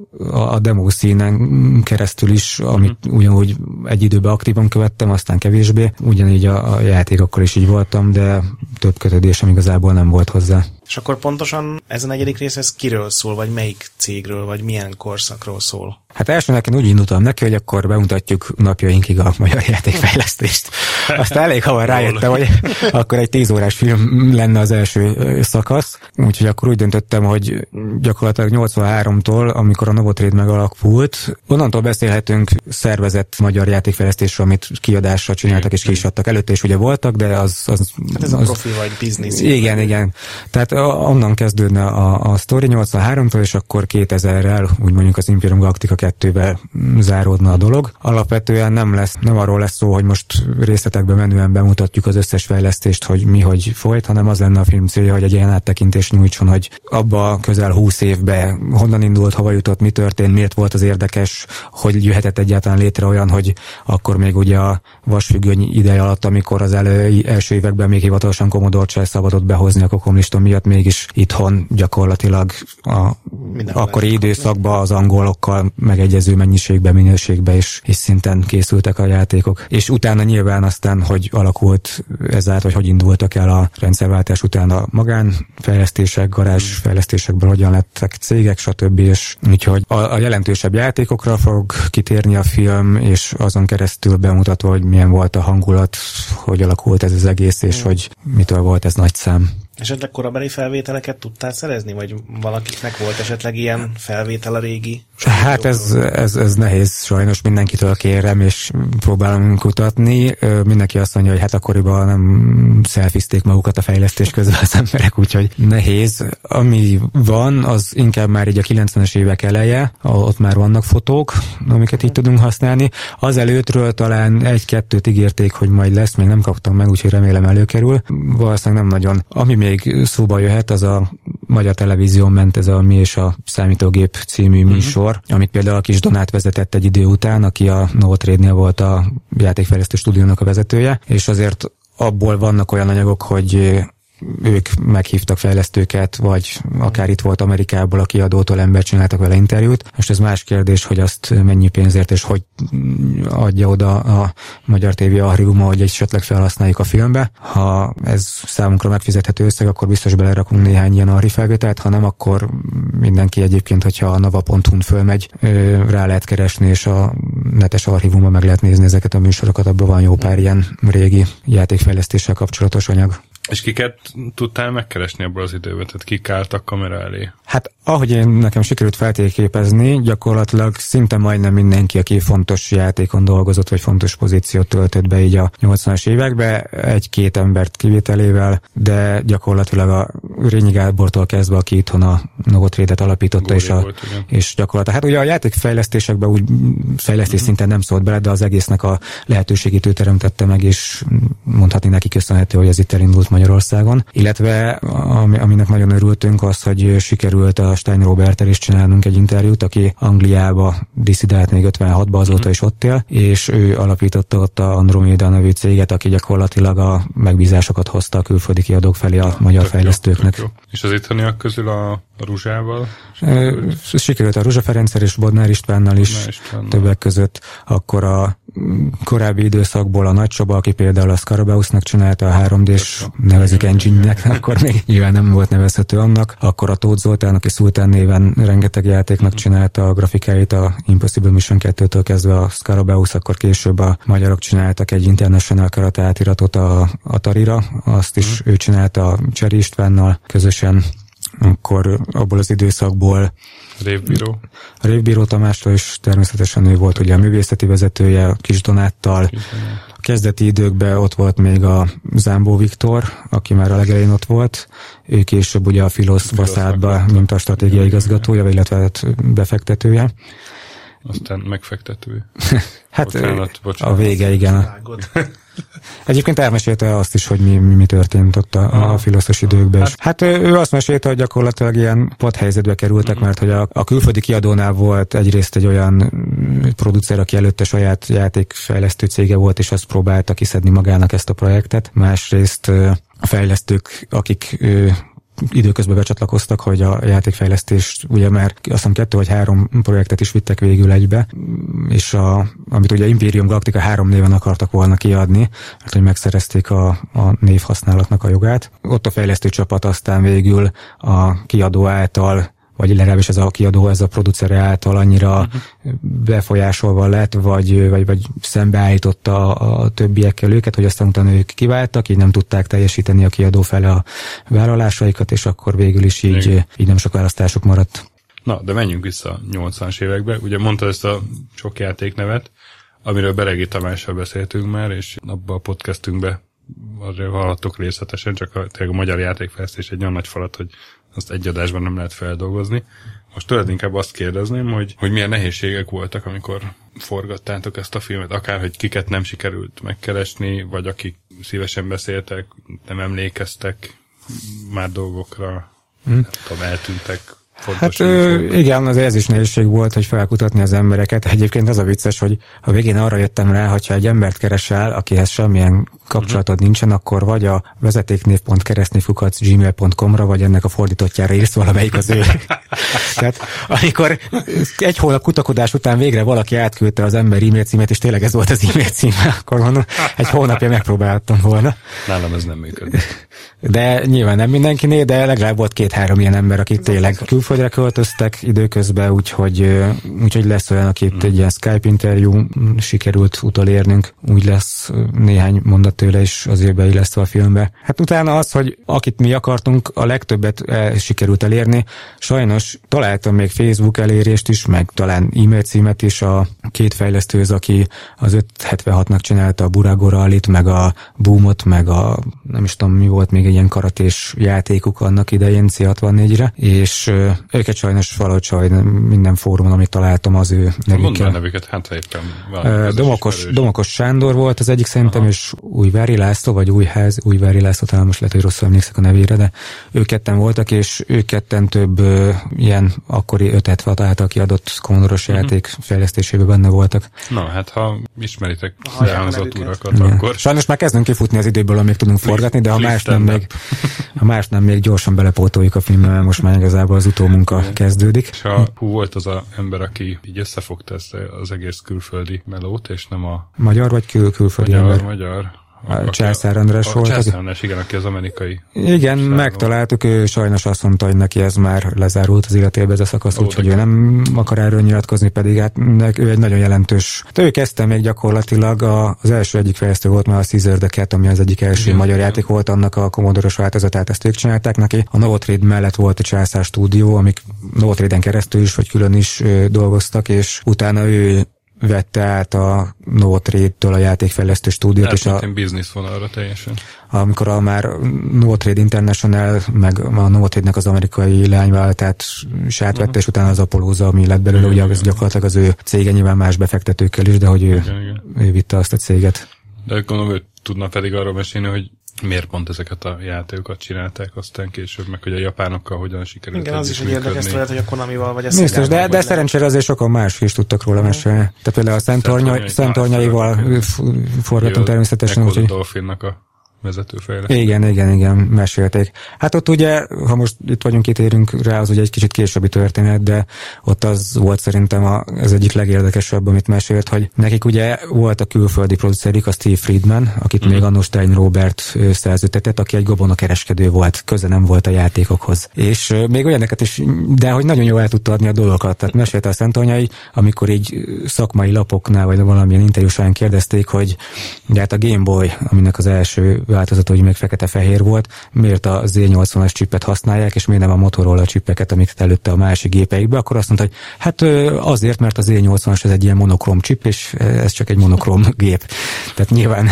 a demo színen keresztül is, amit ugyanúgy egy időben aktívan követtem, aztán kevésbé. Ugyanígy a játékokkal is így voltam, de több kötődésem igazából nem volt hozzá. És akkor pontosan ez a negyedik rész, ez kiről szól, vagy melyik cégről, vagy milyen korszakról szól? Hát elsőnek én úgy indultam neki, hogy akkor bemutatjuk napjainkig a magyar játékfejlesztést. Aztán elég hamar rájöttem, hogy akkor egy 10 órás film lenne az első szakasz, úgyhogy akkor úgy döntöttem, hogy gyakorlatilag 83-tól, amikor a Novotrade megalakult, onnantól beszélhetünk szervezett magyar játékfejlesztésről, amit kiadásra csináltak és ki is adtak. Előtte is ugye voltak, de az hát ez a profi vagy biznisz. Igen. Tehát onnan kezdődne a sztori 83-tól, és akkor 2000-rel, úgy mondjuk az Imperium Galactica 2-vel záródna a dolog. Alapvetően nem arról lesz szó, hogy most részletekbe menően bemutatjuk az összes fejlesztést, hogy mi hogy folyt, hanem az lenne a film célja, hogy egy ilyen áttekintést nyújtson, hogy abba a közel 20 évben honnan indult, hova jutott, mi történt, miért volt az érdekes, hogy jöhetett egyáltalán létre olyan, hogy akkor még ugye a vasfüggöny ideje alatt, amikor az első években még hivatalosan Commodore se szabadott behozni a Kokomliston miatt, mégis itthon gyakorlatilag a akkori időszakban az angolokkal megegyező mennyiségben, minőségben és szinten készültek a játékok. És utána nyilván aztán, hogy alakult ezáltal, hogy indultak el a rendszerváltás után a magánfejlesztések, garázsfejlesztésekből hogyan lettek cégek, stb. És úgyhogy a jelentősebb játékokra fog kitérni a film, és azon keresztül bemutatva, hogy milyen volt a hangulat, hogy alakult ez az egész, és hogy mitől volt ez nagy szám. Esetleg korabeli felvételeket tudtál szerezni, vagy valakiknek volt esetleg ilyen felvétel a régi? Hát ez nehéz, sajnos mindenkitől kérem, és próbálom kutatni. Mindenki azt mondja, hogy hát akkoriban nem szelfizték magukat a fejlesztés közben az emberek, úgyhogy nehéz. Ami van, az inkább már így a 90-es évek eleje, ott már vannak fotók, amiket így tudunk használni. Az előttről talán 1-2 ígérték, hogy majd lesz, még nem kaptam meg, úgyhogy remélem előkerül. Valószínűleg nem nagyon. Ami még szóba jöhet, az a Magyar Televízión ment ez a Mi és a Számítógép című műsor, amit például a Kis Donát vezetett egy idő után, aki a Novotrade-nél volt a játékfejlesztő stúdiónak a vezetője, és azért abból vannak olyan anyagok, hogy ők meghívtak fejlesztőket, vagy akár itt volt Amerikából a kiadótól ember, csináltak vele interjút. Most ez más kérdés, hogy azt mennyi pénzért és hogy adja oda a Magyar TV archívuma, hogy esetleg felhasználjuk a filmbe. Ha ez számunkra megfizethető összeg, akkor biztos belerakunk néhány ilyen archívfelvételt, ha nem, akkor mindenki egyébként, hogyha a nava.hu-n fölmegy, rá lehet keresni, és a netes archívumban meg lehet nézni ezeket a műsorokat, abban van jó pár ilyen régi játékfejlesztéssel kapcsolatos anyag. És kiket tudtál megkeresni abból az időben? Tehát kik álltak kamera elé? Hát ahogy nekem sikerült feltérképezni, gyakorlatilag szinte majdnem mindenki, aki fontos játékon dolgozott, vagy fontos pozíciót töltött be így a 80-as években, egy-két embert kivételével, de gyakorlatilag a Rényi Gábortól kezdve, aki itthon a Novotrade-et alapította, és gyakorlatilag, hát ugye a játékfejlesztésekben úgy fejlesztés szinten nem szólt bele, de az egésznek a lehetőségét ő teremtette meg, és mondhatni neki köszönhető, hogy ez itt elindult Magyarországon. Illetve aminek nagyon örültünk az, hogy sikerült a Stein Roberttel is csinálnunk egy interjút, aki Angliába disszidált még 56-ba, azóta is ott él, és ő alapította ott a Andromeda nevű céget, aki gyakorlatilag a megbízásokat hozta a külföldi kiadók felé a magyar fejlesztőknek. Jó. És az itthoniak közül a Ruzsával? Sikerült a Ruzsa Ferenccel és Bodnár Istvánnal is többek között. Akkor a korábbi időszakból a Nagy Csaba, aki például a Scarabeusnak csinálta a 3D-s nevezük engine-nek, akkor még nyilván nem volt nevezhető annak. Akkor a Tóth Zoltán, aki Szultán néven rengeteg játéknak csinálta a grafikáit, a Impossible Mission 2-től kezdve a Scarabeus, akkor később a magyarok csináltak egy International Karate átiratot a Atari-ra, azt is ő csinálta a Cseri Istvánnal közösen. Akkor abból az időszakból Révbíró Tamástól is természetesen ő volt ugye a művészeti vezetője, a Kis Donáttal. A kezdeti időkben ott volt még a Zámbó Viktor, aki már a legelején ott volt. Ő később ugye a Filosz Baszádba, mint a stratégiai igazgatója, illetve befektetője. Aztán megfektetője. Hát bocsánat. A vége, igen. Egyébként elmesélte azt is, hogy mi történt ott a filoszos időkben. Hát ő azt mesélte, hogy gyakorlatilag ilyen padhelyzetbe kerültek, mert hogy a külföldi kiadónál volt egyrészt egy olyan producer, aki előtte saját játékfejlesztő cége volt, és azt próbálta kiszedni magának ezt a projektet. Másrészt a fejlesztők, akik időközben becsatlakoztak, hogy a játékfejlesztést ugye már azt hiszem 2 vagy 3 projektet is vittek végül egybe, és amit ugye Imperium Galactica 3 néven akartak volna kiadni, hát hogy megszerezték a névhasználatnak a jogát. Ott a fejlesztő csapat aztán végül a kiadó által, vagy legalábbis ez a kiadó, ez a producere által annyira befolyásolva lett, vagy szembeállította a többiekkel őket, hogy aztán utána ők kiváltak, így nem tudták teljesíteni a kiadó fele a vállalásaikat, és akkor végül is így nem sok választásuk maradt. Na, de menjünk vissza a 80-as évekbe. Ugye mondta ezt a sok játéknevet, amiről Beregi Tamással beszéltünk már, és abban a podcastünkben arra hallottok részletesen, csak tényleg a magyar játékfejlesztés egy olyan nagy falat, hogy azt egy adásban nem lehet feldolgozni. Most tőled inkább azt kérdezném, hogy milyen nehézségek voltak, amikor forgattátok ezt a filmet, akár, hogy kiket nem sikerült megkeresni, vagy akik szívesen beszéltek, nem emlékeztek már dolgokra, nem tudom, eltűntek. Hát igen, azért ez is nehézség volt, hogy felkutatni az embereket. Egyébként az a vicces, hogy a végén arra jöttem rá, hogyha egy embert keresel, akihez semmilyen kapcsolatod nincsen, akkor vagy a vezetéknév.keresztnév@gmail.com-ra, vagy ennek a fordítottjára írsz valamelyik az ő. Tehát amikor egy hónap kutakodás után végre valaki átküldte az ember e-mail címet, és tényleg ez volt az e-mail címe, akkor mondom, egy hónapja megpróbáltam volna. Nálam ez nem működik. De nyilván nem mindenkinél, de legalább volt 2-3 ilyen ember, akik tényleg külföldre költöztek időközben, úgyhogy lesz olyan, akit egy ilyen Skype interjú sikerült utolérnünk, úgy lesz néhány mondat tőle is azért beillesztve a filmbe. Hát utána az, hogy akit mi akartunk, a legtöbbet sikerült elérni. Sajnos találtam még Facebook elérést is, meg talán e-mail címet is a 2 fejlesztőhöz, aki az 576-nak csinálta a Burago Rallyt, meg a Boomot, meg a nem is tudom mi volt még egy ilyen karatés játékuk annak idején C64-re, és őket sajnos valahogy minden fórumon, amit találtam, az ő nevükkel. Mondd a nevüket, hát éppen Domokos Sándor volt az egyik szerintem, és Újvári László, vagy Újvári László, talán most lehet, hogy rosszul emlékszek a nevére, de ők ketten voltak, és ők ketten több ilyen akkori 576 által kiadott Commodore-os játék fejlesztésében benne voltak. Na, hát ha ismeritek elhangzott urakat, akkor... Sajnos már kezdünk kifutni az időből, amíg tudunk forgatni, de ha más nem még gyorsan belepótoljuk a filmbe, mert most már igazából az utómunka kezdődik. És hú volt az a ember, aki így összefogta ezt az egész külföldi melót, és nem a... Magyar vagy külföldi magyar, ember? Magyar. Császár András volt. Császár András, igen, aki az amerikai. Igen, megtaláltuk, ő sajnos azt mondta, hogy neki ez már lezárult az életébe ez a szakasz, úgyhogy ő nem akar erről nyilatkozni, pedig hát ő egy nagyon jelentős. Ő kezdte még gyakorlatilag az első egyik fejlesztő volt már a Caesar the Cat, ami az egyik első magyar játék volt, annak a Commodore-os változatát, ezt ők csinálták neki. A Novotrade mellett volt a Császár stúdió, amik Novotrade-en keresztül is, vagy külön is dolgoztak, és utána ő vette át a Novotrade-től a játékfejlesztő stúdiót. És a business vonalra teljesen. Amikor már Novotrade International, meg a Novotrade-nek az amerikai leányvállalatát is átvette, és utána az Apolloza, ami lett belőle, ugye az gyakorlatilag az ő cége, nyilván más befektetőkkel is, de hogy ő vitte azt a céget. De gondolom, ő tudna pedig arról mesélni, hogy miért pont ezeket a játékokat csinálták aztán később, meg hogy a japánokkal hogyan sikerült. Igen, az is egy érdekes lehet, hogy a Konamival vagy a biztos, de szerencsére azért sokan más is tudtak róla mesélni. Tehát például a Szent-Tornyaival forgatunk természetesen. Meg Dolphinnak a vezetőfejlesztő. Igen, mesélték. Hát ott ugye, ha most itt vagyunk, kitérünk rá, az ugye egy kicsit későbbi történet, de ott az volt szerintem az egyik legérdekesebb, amit mesélt, hogy nekik ugye volt a külföldi producerik, a Steve Friedman, akit még annó Stein Robert szerződtetett, aki egy gabonakereskedő volt, köze nem volt a játékokhoz. És még olyanokat is, de hogy nagyon jól el tudta adni a dolgokat. Tehát mesélte a Szent-Tornyai, amikor így szakmai lapoknál, vagy valamilyen interjú során kérdezték, hogy de hát a Game Boy, aminek az első változat, hogy még fekete-fehér volt, miért a Z80-as csipet használják, és miért nem a Motorola csipeket, amiket előtte a másik gépeikbe, akkor azt mondta, hogy hát azért, mert a Z80-as ez egy ilyen monokrom csip, és ez csak egy monokrom gép. Tehát nyilván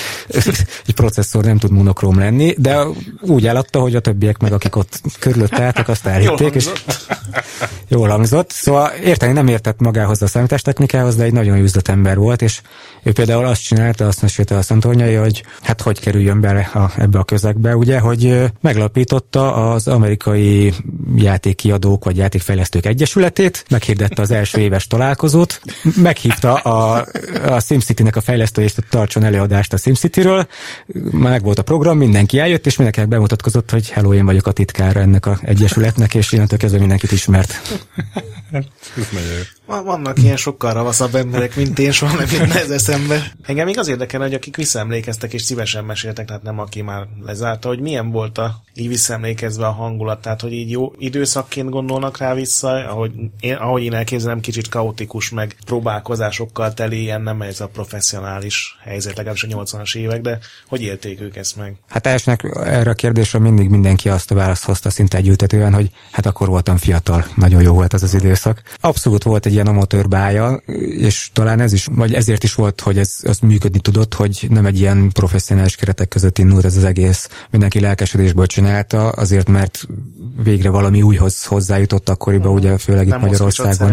egy processzor nem tud monokrom lenni, de úgy eladta, hogy a többiek meg, akik ott körülötte álltak, azt elhitték, és jól hangzott. Szóval érteni nem értett magához a számítástechnikához, de egy nagyon jó üzletember volt, és ő például azt csinálta, azt mesélte a Szent-Tornyai, hogy hát hogy kerüljön bele ebbe a közegbe, ugye, hogy meglapította az amerikai játékkiadók vagy játékfejlesztők egyesületét, meghirdette az első éves találkozót, meghívta a SimCity-nek a fejlesztőjét, hogy tartson előadást a SimCity-ről, meg volt a program, mindenki eljött, és mindenkinek bemutatkozott, hogy hello, én vagyok a titkára ennek az egyesületnek, és innentől kezdve mindenkit ismert. Vannak ilyen sokkal ravaszabb emberek, mint én, soha nem jönne ez eszembe. Engem még az érdekel, hogy akik visszaemlékeztek és szívesen meséltek, tehát nem aki már lezárta, hogy milyen volt így visszaemlékezve a hangulat, tehát hogy így jó időszakként gondolnak rá vissza, ahogy én elképzelem, kicsit kaotikus, meg próbálkozásokkal teli, ilyen nem ez a professzionális helyzet, legalábbis a 80-as évek, de hogy élték ők ezt meg? Hát elsőnek erre a kérdésre mindig mindenki azt a választ hozta szinte együltetően, hogy hát akkor voltam fiatal, nagyon jó volt az időszak. Abszolút volt egy ilyen amatőr bája, és talán ez is, vagy ezért is volt, hogy ez működni tudott, hogy nem egy ilyen professzionális keretek között indult ez az egész. Mindenki lelkesedésből csinálta, azért mert végre valami újhoz hozzájutott akkoriban, ugye főleg itt Magyarországon.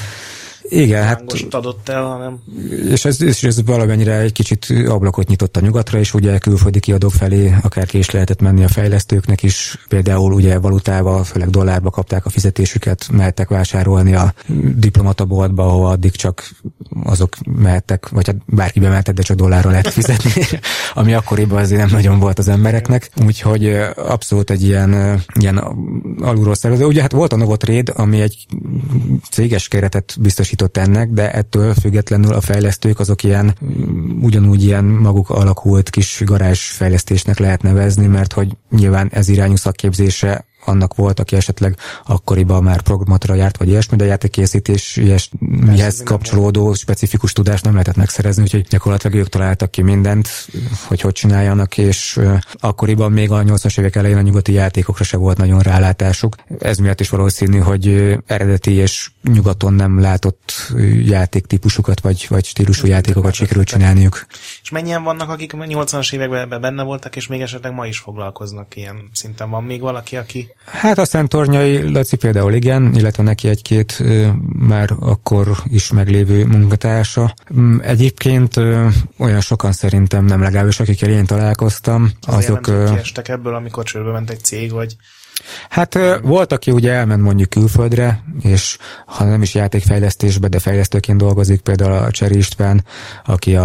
Igen, hát adott el, hanem... és ez valamennyire egy kicsit ablakot nyitott a nyugatra, és ugye külföldi kiadók felé akár ki is lehetett menni a fejlesztőknek is. Például ugye valutával, főleg dollárba kapták a fizetésüket, mehettek vásárolni a diplomataboltba, ahol addig csak azok mehettek, vagy hát bárki bemehetett, de csak dollárra lehet fizetni, ami akkoriban azért nem nagyon volt az embereknek. Úgyhogy abszolút egy ilyen alulról szervező. Ugye hát volt a Novotrade, ami egy céges keretet biztosított ennek, de ettől függetlenül a fejlesztők azok ugyanúgy ilyen maguk alakult kis garázsfejlesztésnek lehet nevezni, mert hogy nyilván ez irányú szakképzése annak volt, aki esetleg akkoriban már programatra járt, vagy ilyesmi, de játékkészítés mihez kapcsolódó specifikus tudást nem lehetett megszerezni, úgyhogy gyakorlatilag ők találtak ki mindent, hogy csináljanak, és akkoriban még a 80-as évek elején a nyugati játékokra se volt nagyon rálátásuk. Ez miatt is valószínű, hogy eredeti és nyugaton nem látott játéktípusukat, vagy stílusú játékokat sikerült csinálniuk. És mennyien vannak, akik 80-as években benne voltak, és még esetleg ma is foglalkoznak ilyen szinten? Van még valaki, aki... Hát a Szent-Tornyai Laci például igen, illetve neki egy-két már akkor is meglévő munkatársa. Egyébként olyan sokan szerintem nem, legalábbis akikkel én találkoztam. Azok kiestek ebből, amikor csődbe ment egy cég, vagy... Hát volt, aki ugye elment mondjuk külföldre, és ha nem is játékfejlesztésbe, de fejlesztőként dolgozik, például a Cseri István, aki a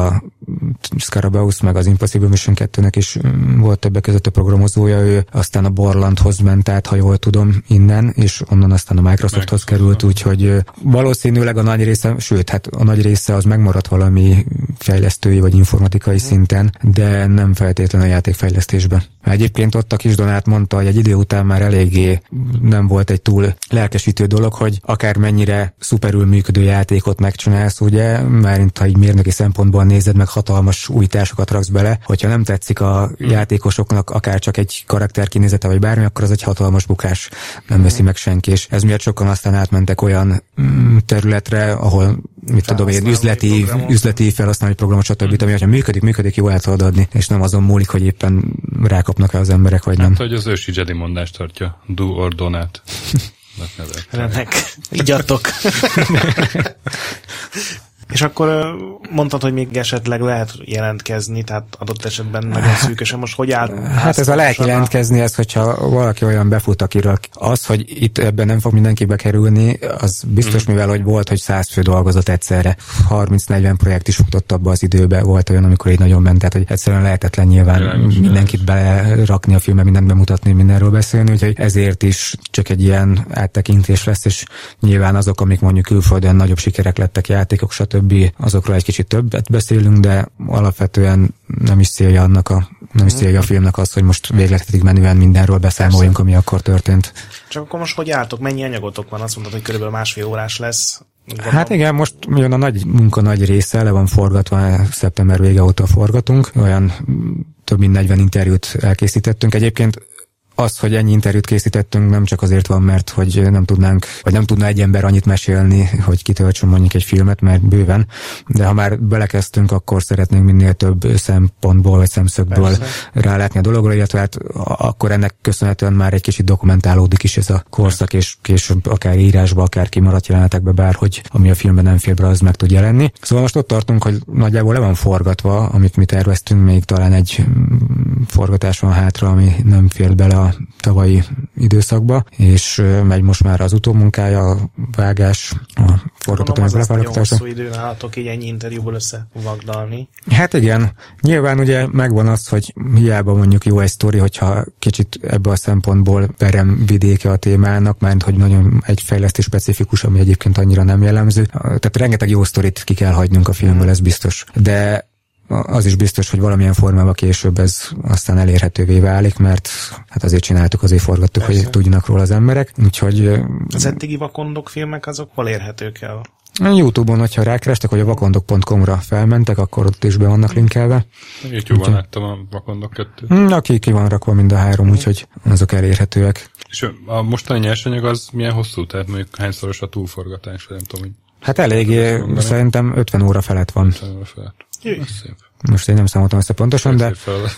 Scarabeus, meg az Impossible Mission 2-nek is volt többek között a programozója, ő aztán a Borlandhoz ment át, ha jól tudom, innen, és onnan aztán a Microsofthoz került, úgyhogy valószínűleg a nagy része, sőt, hát a nagy része az megmaradt valami fejlesztői vagy informatikai szinten, de nem feltétlenül a játékfejlesztésben. Egyébként ott a Kis Donát mondta, hogy egy idő után már eléggé nem volt egy túl lelkesítő dolog, hogy akár mennyire szuperül működő játékot megcsinálsz, ugye, mármint ha így mérnöki szempontból nézed, meg hatalmas újításokat raksz bele, hogyha nem tetszik a játékosoknak akár csak egy karakter kinézete vagy bármi, akkor az egy hatalmas bukás, nem veszi meg senki, és ez miatt sokan aztán átmentek olyan területre, ahol mit tudom én, üzleti felhasználói programot, stb. Ami, hogyha működik, jó el tudod adni, és nem azon múlik, hogy éppen rákapnak-e az emberek, vagy nem. Hát, hogy az ősi Jedi mondást tartja. Do or donut. Remek. Igyatok. És akkor mondtad, hogy még esetleg lehet jelentkezni, tehát adott esetben nagyon szűkösen. Most hogy áll? Hát ez a lehet jelentkezni, ez, hogyha valaki olyan befut, akiről az, hogy itt ebben nem fog mindenki bekerülni, az biztos, mivel hogy volt, hogy 100 fő dolgozott egyszerre. 30-40 projekt is futott abba az időbe, volt olyan, amikor így nagyon ment, tehát hogy egyszerűen lehetetlen nyilván mindenkit belerakni a filmbe, mindent bemutatni, mindenről beszélni, úgyhogy ezért is csak egy ilyen áttekintés lesz, és nyilván azok, amik mondjuk külföldön nagyobb sikerek lettek, játékok, stb. Azokról egy kicsit többet beszélünk, de alapvetően nem is célja a filmnek az, hogy most végletekig menően mindenről beszámoljunk, ami akkor történt. Csak akkor most hogy álltok? Mennyi anyagotok van? Azt mondtad, hogy körülbelül 1,5 órás lesz. Gondolom. Hát igen, most jön a nagy munka nagy része, le van forgatva, szeptember vége óta forgatunk, olyan több mint 40 interjút elkészítettünk. Egyébként az, hogy ennyi interjút készítettünk, nem csak azért van, mert hogy nem tudnánk, vagy nem tudna egy ember annyit mesélni, hogy kitöltsön mondjuk egy filmet, mert bőven, de ha már belekezdtünk, akkor szeretnénk minél több szempontból, vagy szemszögből rálátni a dologra, illetve hát akkor ennek köszönhetően már egy kicsit dokumentálódik is ez a korszak, és később akár írásba, akár kimaradt jelenetekbe, bárhogy ami a filmben nem fér be, az meg tud jelenni. Szóval most ott tartunk, hogy nagyjából le van forgatva, amit mi terveztünk, még talán egy forgatás van hátra, ami nem fér bele a tavalyi időszakba, és megy most már az utómunkája, a vágás, a forgatókönyv leforgatása. Hosszú időn állatok így ennyi interjúból összevagdalni. Hát igen, nyilván ugye megvan az, hogy hiába mondjuk jó egy sztori, hogyha kicsit ebből a szempontból peremvidéke a témának, mert hogy nagyon egy fejlesztés specifikus, ami egyébként annyira nem jellemző. Tehát rengeteg jó sztorit ki kell hagynunk a filmből, ez biztos. De az is biztos, hogy valamilyen formában később ez aztán elérhetővé válik, mert hát azért csináltuk, azért forgattuk, persze, hogy tudjanak róla az emberek. Úgyhogy az eddigi Vakondok filmek azok hol érhetők el? YouTube-on, hogyha rákerestek, hogy a vakondok.com-ra felmentek, akkor ott is be vannak linkelve. YouTube-on láttam a Vakondok 2. Aki ki van rakva mind a három, úgyhogy azok elérhetőek. És a mostani nyersanyag az milyen hosszú? Tehát mondjuk hányszoros a túlforgatás, nem tudom, hogy... Hát eléggé, szerintem 50 óra felett van. 50 óra felett. Most én nem számoltam össze pontosan, de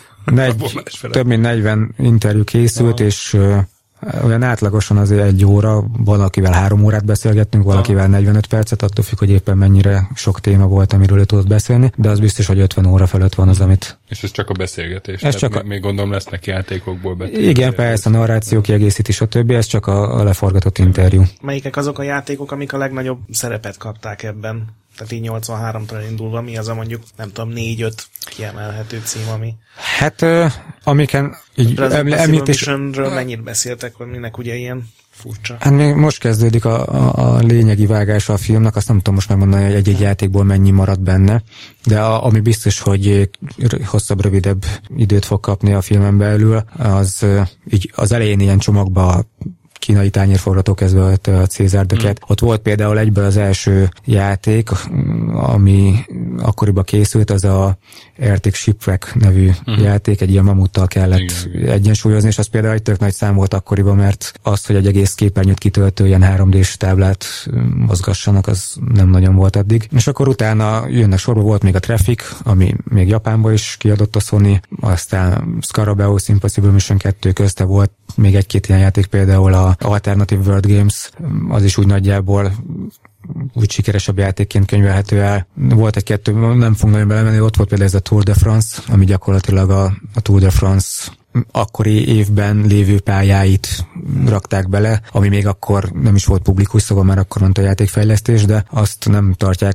több mint 40 interjú készült, és olyan átlagosan azért 1 óra, van akivel 3 órát beszélgettünk, valakivel 45 percet, attól függ, hogy éppen mennyire sok téma volt, amiről ő tudott beszélni, de az biztos, hogy 50 óra felett van az, amit... És ez csak a beszélgetés, ez csak még gondolom lesznek játékokból betűnni. Igen, persze, a narráció kiegészítés, a többi, ez csak a leforgatott interjú. Melyikek azok a játékok, amik a legnagyobb szerepet kapták ebben? Tehát így 83-tól indulva, mi az a mondjuk, nem tudom, 4-5 kiemelhető cím, ami... Hát, amiken így említésről mennyit beszéltek, hogy minek ugye ilyen furcsa. Hát még most kezdődik a lényegi vágása a filmnek, azt nem tudom most megmondani, hogy egy-egy játékból mennyi marad benne, de ami biztos, hogy hosszabb, rövidebb időt fog kapni a filmen belül, az így az elején ilyen csomagba kínai tányérforgató kezdve a Cézár-döket. Ott volt például egyben az első játék, ami akkoriban készült, az a Arctic Shipwreck nevű játék, egy ilyen mamuttal kellett egyensúlyozni, és az például egy tök nagy szám volt akkoriban, mert az, hogy egy egész képernyőt kitöltő ilyen 3D-s táblát mozgassanak, az nem nagyon volt addig. És akkor utána jönnek sorba, volt még a Traffic, ami még Japánban is kiadott a Sony, aztán Scarabeus, Impossible Mission 2 közte volt még egy-két ilyen játék, például a Alternative World Games, az is úgy nagyjából úgy sikeresebb játékként könyvelhető el. Volt egy-kettő, nem fog nagyon belemenni, ott volt például ez a Tour de France, ami gyakorlatilag a Tour de France akkori évben lévő pályáit rakták bele, ami még akkor nem is volt publikus, szóval már akkor ment a játékfejlesztés, de azt nem tartják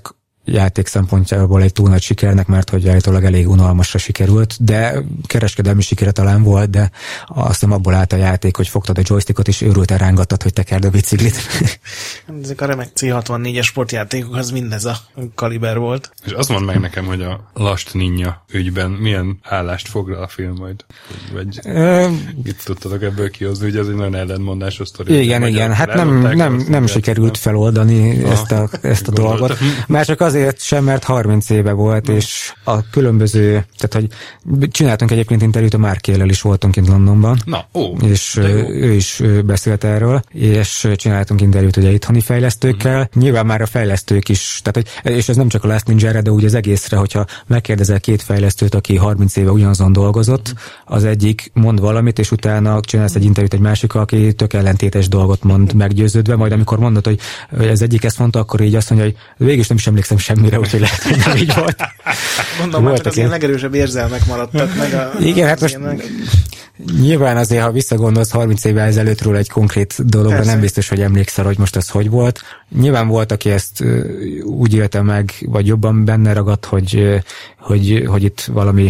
játék szempontjából egy túl nagy sikernek, mert hogy állítólag elég unalmasra sikerült, de kereskedelmi sikere talán volt, de azt hiszem abból állt a játék, hogy fogtad a joystickot és őrülten rángattad, hogy tekerd a biciklit. Ezek a remek C64-es sportjátékok, az mindez a kaliber volt. És azt mondd meg nekem, hogy a Last Ninja ügyben milyen állást foglal a film majd? Vagy mit tudtatok ebből kihozni? Ugye ez egy nagyon ellentmondásos sztori. Igen, hát nem sikerült feloldani ezt a dolgot. Már csak azért sem, mert 30 éve volt, és a különböző, tehát hogy csináltunk egyébként interjút, a Mark Hale-el is voltunk kint Londonban. És ő is beszélt erről, és csináltunk interjút ugye itthoni fejlesztőkkel. Nyilván már a fejlesztők is, tehát, és ez nem csak a Last Ninja-re, de úgy az egészre, hogyha megkérdezel két fejlesztőt, aki 30 éve ugyanazon dolgozott, az egyik mond valamit, és utána csinálsz egy interjút egy másikkal, aki tök ellentétes dolgot mond meggyőződve, majd amikor mondod, hogy ez egyik ezt mondta, akkor így azt mondja, hogy végig is nem is emlékszem semmire, úgyhogy lehet, hogy nem így volt. Mondom, már csak az ilyen legerősebb érzelmek maradtak meg. Igen, hát most nyilván azért, ha visszagondolsz 30 évvel ezelőttről egy konkrét dologra, nem biztos, hogy emlékszel, hogy most ez hogy volt. Nyilván volt, aki ezt úgy élte meg, vagy jobban benne ragadt, hogy itt valami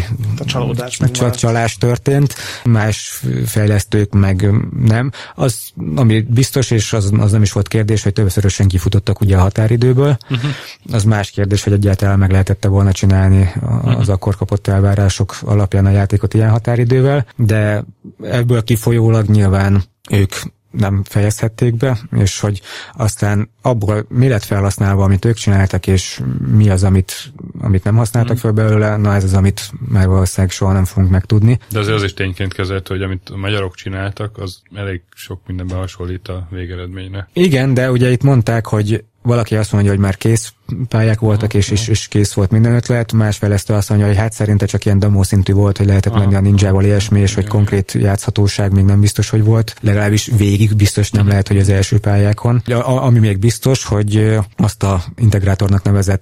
csalás történt, más fejlesztők meg nem. Az, ami biztos, és az nem is volt kérdés, hogy többszörösen kifutottak ugye a határidőből. Az más kérdés, hogy egyáltalán meg lehetette volna csinálni az akkor kapott elvárások alapján a játékot ilyen határidővel, de ebből kifolyólag nyilván ők nem fejezhették be, és hogy aztán abból mi lett felhasználva, amit ők csináltak, és mi az, amit nem használtak fel belőle, na ez az, amit már valószínűleg soha nem fogunk megtudni. De azért az is tényként kezelhető, hogy amit a magyarok csináltak, az elég sok mindenben hasonlít a végeredményre. Igen, de ugye itt mondták, hogy valaki azt mondja, hogy már kész pályák voltak, és kész volt minden ötlet, más fejlesztő azt mondja, hogy hát szerinte csak ilyen demo szintű volt, hogy lehetett menni a Ninjával ilyesmi, és hogy konkrét játszhatóság még nem biztos, hogy volt. Legalábbis végig biztos nem lehet, hogy az első pályákon. Ami még biztos, hogy azt a integrátornak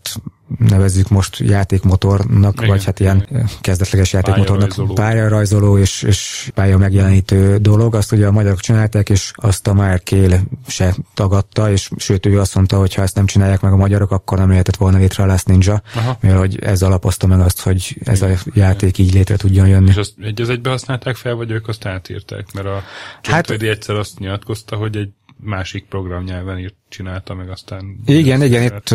nevezzük most játékmotornak, igen, vagy hát ilyen kezdetleges játékmotornak, pályarajzoló és pálya megjelenítő dolog. Azt ugye a magyarok csinálták, és azt a Mark Hale se tagadta, és sőt ő azt mondta, hogy ha ezt nem csinálják meg a magyarok, akkor nem lehetett volna létre a Last Ninja, mivel hogy ez alapozta meg azt, hogy ez a játék így létre tudjon jönni. És azt egy az egybe használták fel, vagy ők azt átírták? Mert a Teddy egyszer azt nyilatkozta, hogy egy másik programnyelven csinálta meg aztán... Igen, itt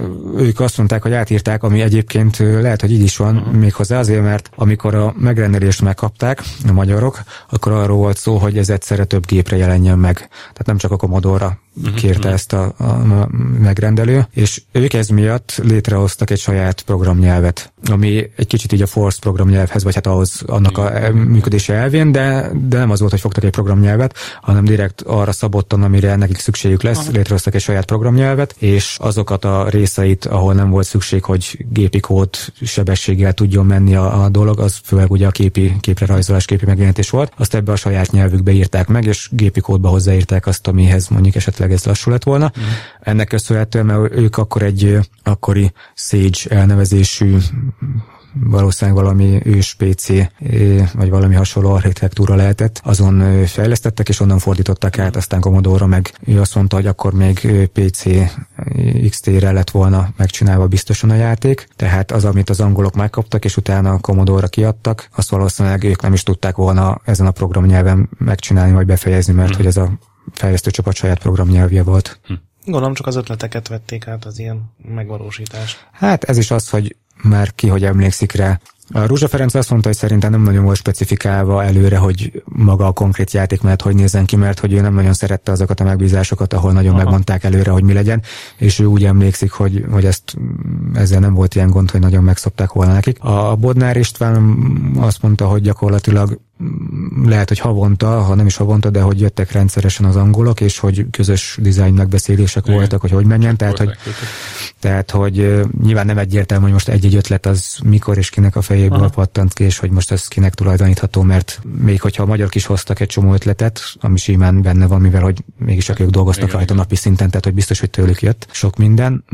ők azt mondták, hogy átírták, ami egyébként lehet, hogy így is van, méghozzá azért, mert amikor a megrendelést megkapták a magyarok, akkor arról volt szó, hogy ez egyszerre több gépre jelenjen meg. Tehát nem csak a Commodore-ra kérte ezt a megrendelő, és ők ez miatt létrehoztak egy saját programnyelvet, ami egy kicsit így a Force programnyelvhez, vagy hát ahhoz annak a működése elvén, de nem az volt, hogy fogtak egy programnyelvet, hanem direkt arra szabottan, amire nekik szükségük lesz, létrehoztak egy saját programnyelvet, és azokat a részeit, ahol nem volt szükség, hogy gépi kód sebességgel tudjon menni a dolog, az főleg ugye a képre rajzolás, képi megjelenítés volt, azt ebbe a saját nyelvükbe írták meg, és gépi kódba hozzáírták azt, amihez mondjuk esetleg ez lassú lett volna. Ennek köszönhetően, mert ők akkor egy akkori Sage elnevezésű, valószínűleg valami ős PC, vagy valami hasonló architektúra lehetett, azon fejlesztettek, és onnan fordították át, aztán Commodore-ra meg ő azt mondta, hogy akkor még PC XT-re lett volna megcsinálva biztosan a játék, tehát az, amit az angolok megkaptak, és utána a Commodore-ra kiadtak, azt valószínűleg ők nem is tudták volna ezen a programnyelven megcsinálni, vagy befejezni, mert hogy ez a fejlesztő csapat saját programnyelvje volt. Gondolom csak az ötleteket vették át, az ilyen megvalósítást. Hát ez is az, hogy már ki, hogy emlékszik rá. A Ruzsa Ferenc azt mondta, hogy szerintem nem nagyon volt specifikálva előre, hogy maga a konkrét játékmenet hogy nézzen ki, mert hogy ő nem nagyon szerette azokat a megbízásokat, ahol nagyon megmondták előre, hogy mi legyen, és ő úgy emlékszik, hogy ezzel nem volt ilyen gond, hogy nagyon megszokták volna nekik. A Bodnár István azt mondta, hogy gyakorlatilag lehet, hogy havonta, ha nem is havonta, de hogy jöttek rendszeresen az angolok, és hogy közös dizájn megbeszélések voltak, hogy menjen, tehát, hogy nyilván nem egyértelmű, hogy most egy-egy ötlet az mikor és kinek a fejéből pattant ki, és hogy most ez kinek tulajdonítható, mert még hogyha a magyarok is hoztak egy csomó ötletet, ami simán benne van, mivel hogy mégis csak ők dolgoztak rajta napi szinten, tehát hogy biztos, hogy tőlük jött sok minden.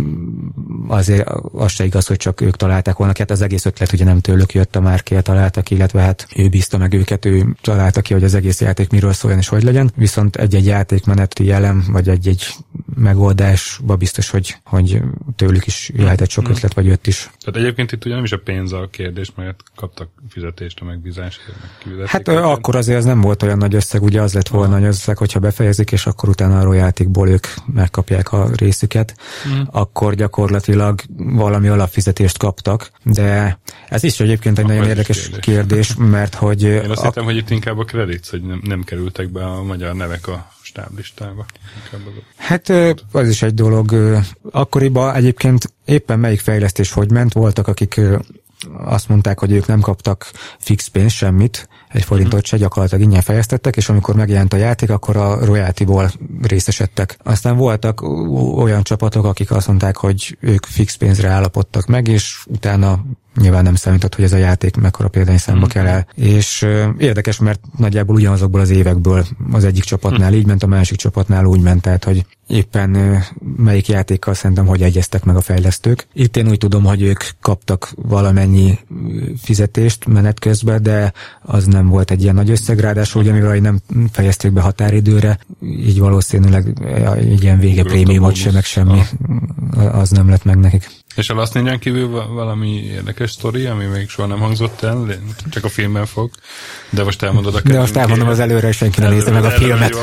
Azért az se igaz, hogy csak ők találták volna, hát az egész ötlet ugye nem tőlük jött, a Mark Hale találtak, illetve hát ő bízta meg őket, ő találta ki, hogy az egész játék miről szóljon és hogy legyen, viszont egy-egy játékmeneti elem, vagy egy-egy megoldásba biztos, hogy tőlük is jöhetett sok ötlet, vagy jött is. Tehát egyébként itt ugye nem is a pénz a kérdés, mert kaptak fizetést a megbízásért, meg hát akkor azért az nem volt olyan nagy összeg, ugye az lett volna nagy összeg, hogyha befejezik, és akkor utána a royaltikból ők megkapják a részüket, akkor gyakorlatilag valami alapfizetést kaptak, de ez is egyébként egy nagyon érdekes kérdés, mert hogy... Én azt hittem, hogy itt inkább a credits, hogy nem kerültek be a magyar nevek a stáblistába. Hát az is egy dolog. Akkoriban egyébként éppen melyik fejlesztés hogy ment, voltak, akik azt mondták, hogy ők nem kaptak fix pénzt, semmit, egy forintot se, gyakorlatilag ingyen fejlesztettek, és amikor megjelent a játék, akkor a royaltyból részesedtek. Aztán voltak olyan csapatok, akik azt mondták, hogy ők fix pénzre állapodtak meg, és utána nyilván nem számított, hogy ez a játék mekkora példányszámba kell el. És érdekes, mert nagyjából ugyanazokból az évekből az egyik csapatnál így ment, a másik csapatnál úgy ment, tehát hogy éppen melyik játékkal szerintem hogy egyeztek meg a fejlesztők. Itt én úgy tudom, hogy ők kaptak valamennyi fizetést menet közben, de az nem volt egy ilyen nagy összeg, ráadásul ugye mivel nem fejezték be határidőre, így valószínűleg egy ilyen végeprémiumot sem, meg semmi, az nem lett meg nekik. És a Last Ninján kívül valami érdekes sztori, ami még soha nem hangzott el, csak a filmben fog, de most elmondod a de most elmondom az előre, és senki nem nézte meg a filmet.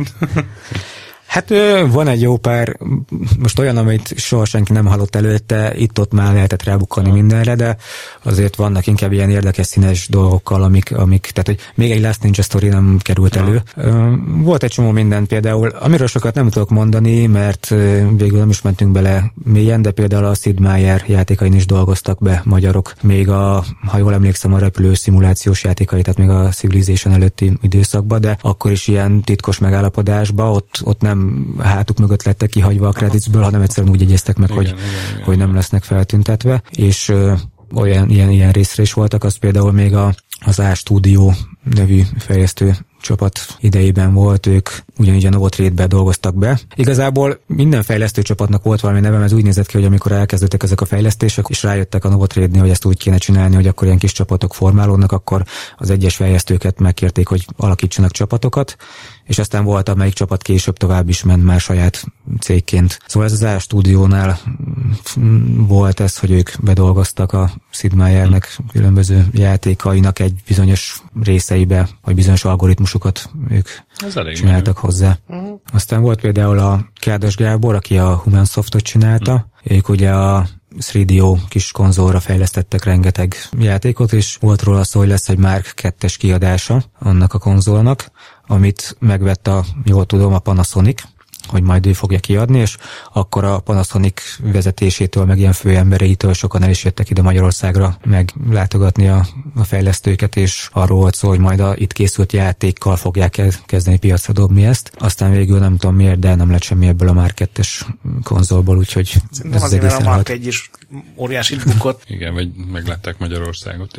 Hát van egy jó pár, most olyan, amit soha senki nem hallott előtte, itt-ott már lehetett rábukkani mindenre, de azért vannak inkább ilyen érdekes színes dolgokkal, amik tehát, hogy még egy Last Ninja Story nem került elő. Volt egy csomó minden például, amiről sokat nem tudok mondani, mert végül nem is mentünk bele mélyen, de például a Sid Meier játékain is dolgoztak be magyarok, még ha jól emlékszem, a repülő szimulációs játékai, tehát még a Civilization előtti időszakban, de akkor is ilyen titkos megállapodásba, ott nem hátuk mögött lettek kihagyva a creditsből, hanem egyszerűen úgy egyeztek meg, hogy nem lesznek feltüntetve, és ilyen részre is voltak, az például még az A Studio nevű fejlesztő csapat idejében volt, ők ugyanígy a Novotrade-be dolgoztak be. Igazából minden fejlesztő csapatnak volt valami neve, ez úgy nézett ki, hogy amikor elkezdődtek ezek a fejlesztések, és rájöttek a Novotrade-nél, hogy ezt úgy kéne csinálni, hogy akkor ilyen kis csapatok formálódnak, akkor az egyes fejlesztőket megkérték, hogy alakítsanak csapatokat, és aztán volt, amelyik csapat később tovább is ment már saját cégként. Szóval ez az A Studio-nál volt ez, hogy ők bedolgoztak a Sid Meiernek különböző játékainak egy bizonyos részeibe, vagy bizonyos algoritmusokat ők csináltak hozzá. Aztán volt például a Kádas Gábor, aki a Humansoftot csinálta. Ők ugye a 3DO kis konzolra fejlesztettek rengeteg játékot, és volt róla szó, hogy lesz egy Mark 2-es kiadása annak a konzolnak, amit megvett jól tudom, a Panasonic, hogy majd ő fogja kiadni, és akkor a Panasonic vezetésétől, meg ilyen főembereitől sokan el is jöttek ide Magyarországra meglátogatni a fejlesztőket, és arról volt szó, hogy majd a itt készült játékkal fogják kezdeni piacra dobni ezt. Aztán végül nem tudom miért, de nem lett semmi ebből a Mark 2-es konzolból, úgyhogy ez az egész a Mark 1 is óriási bukott. Igen, vagy meglátták Magyarországot.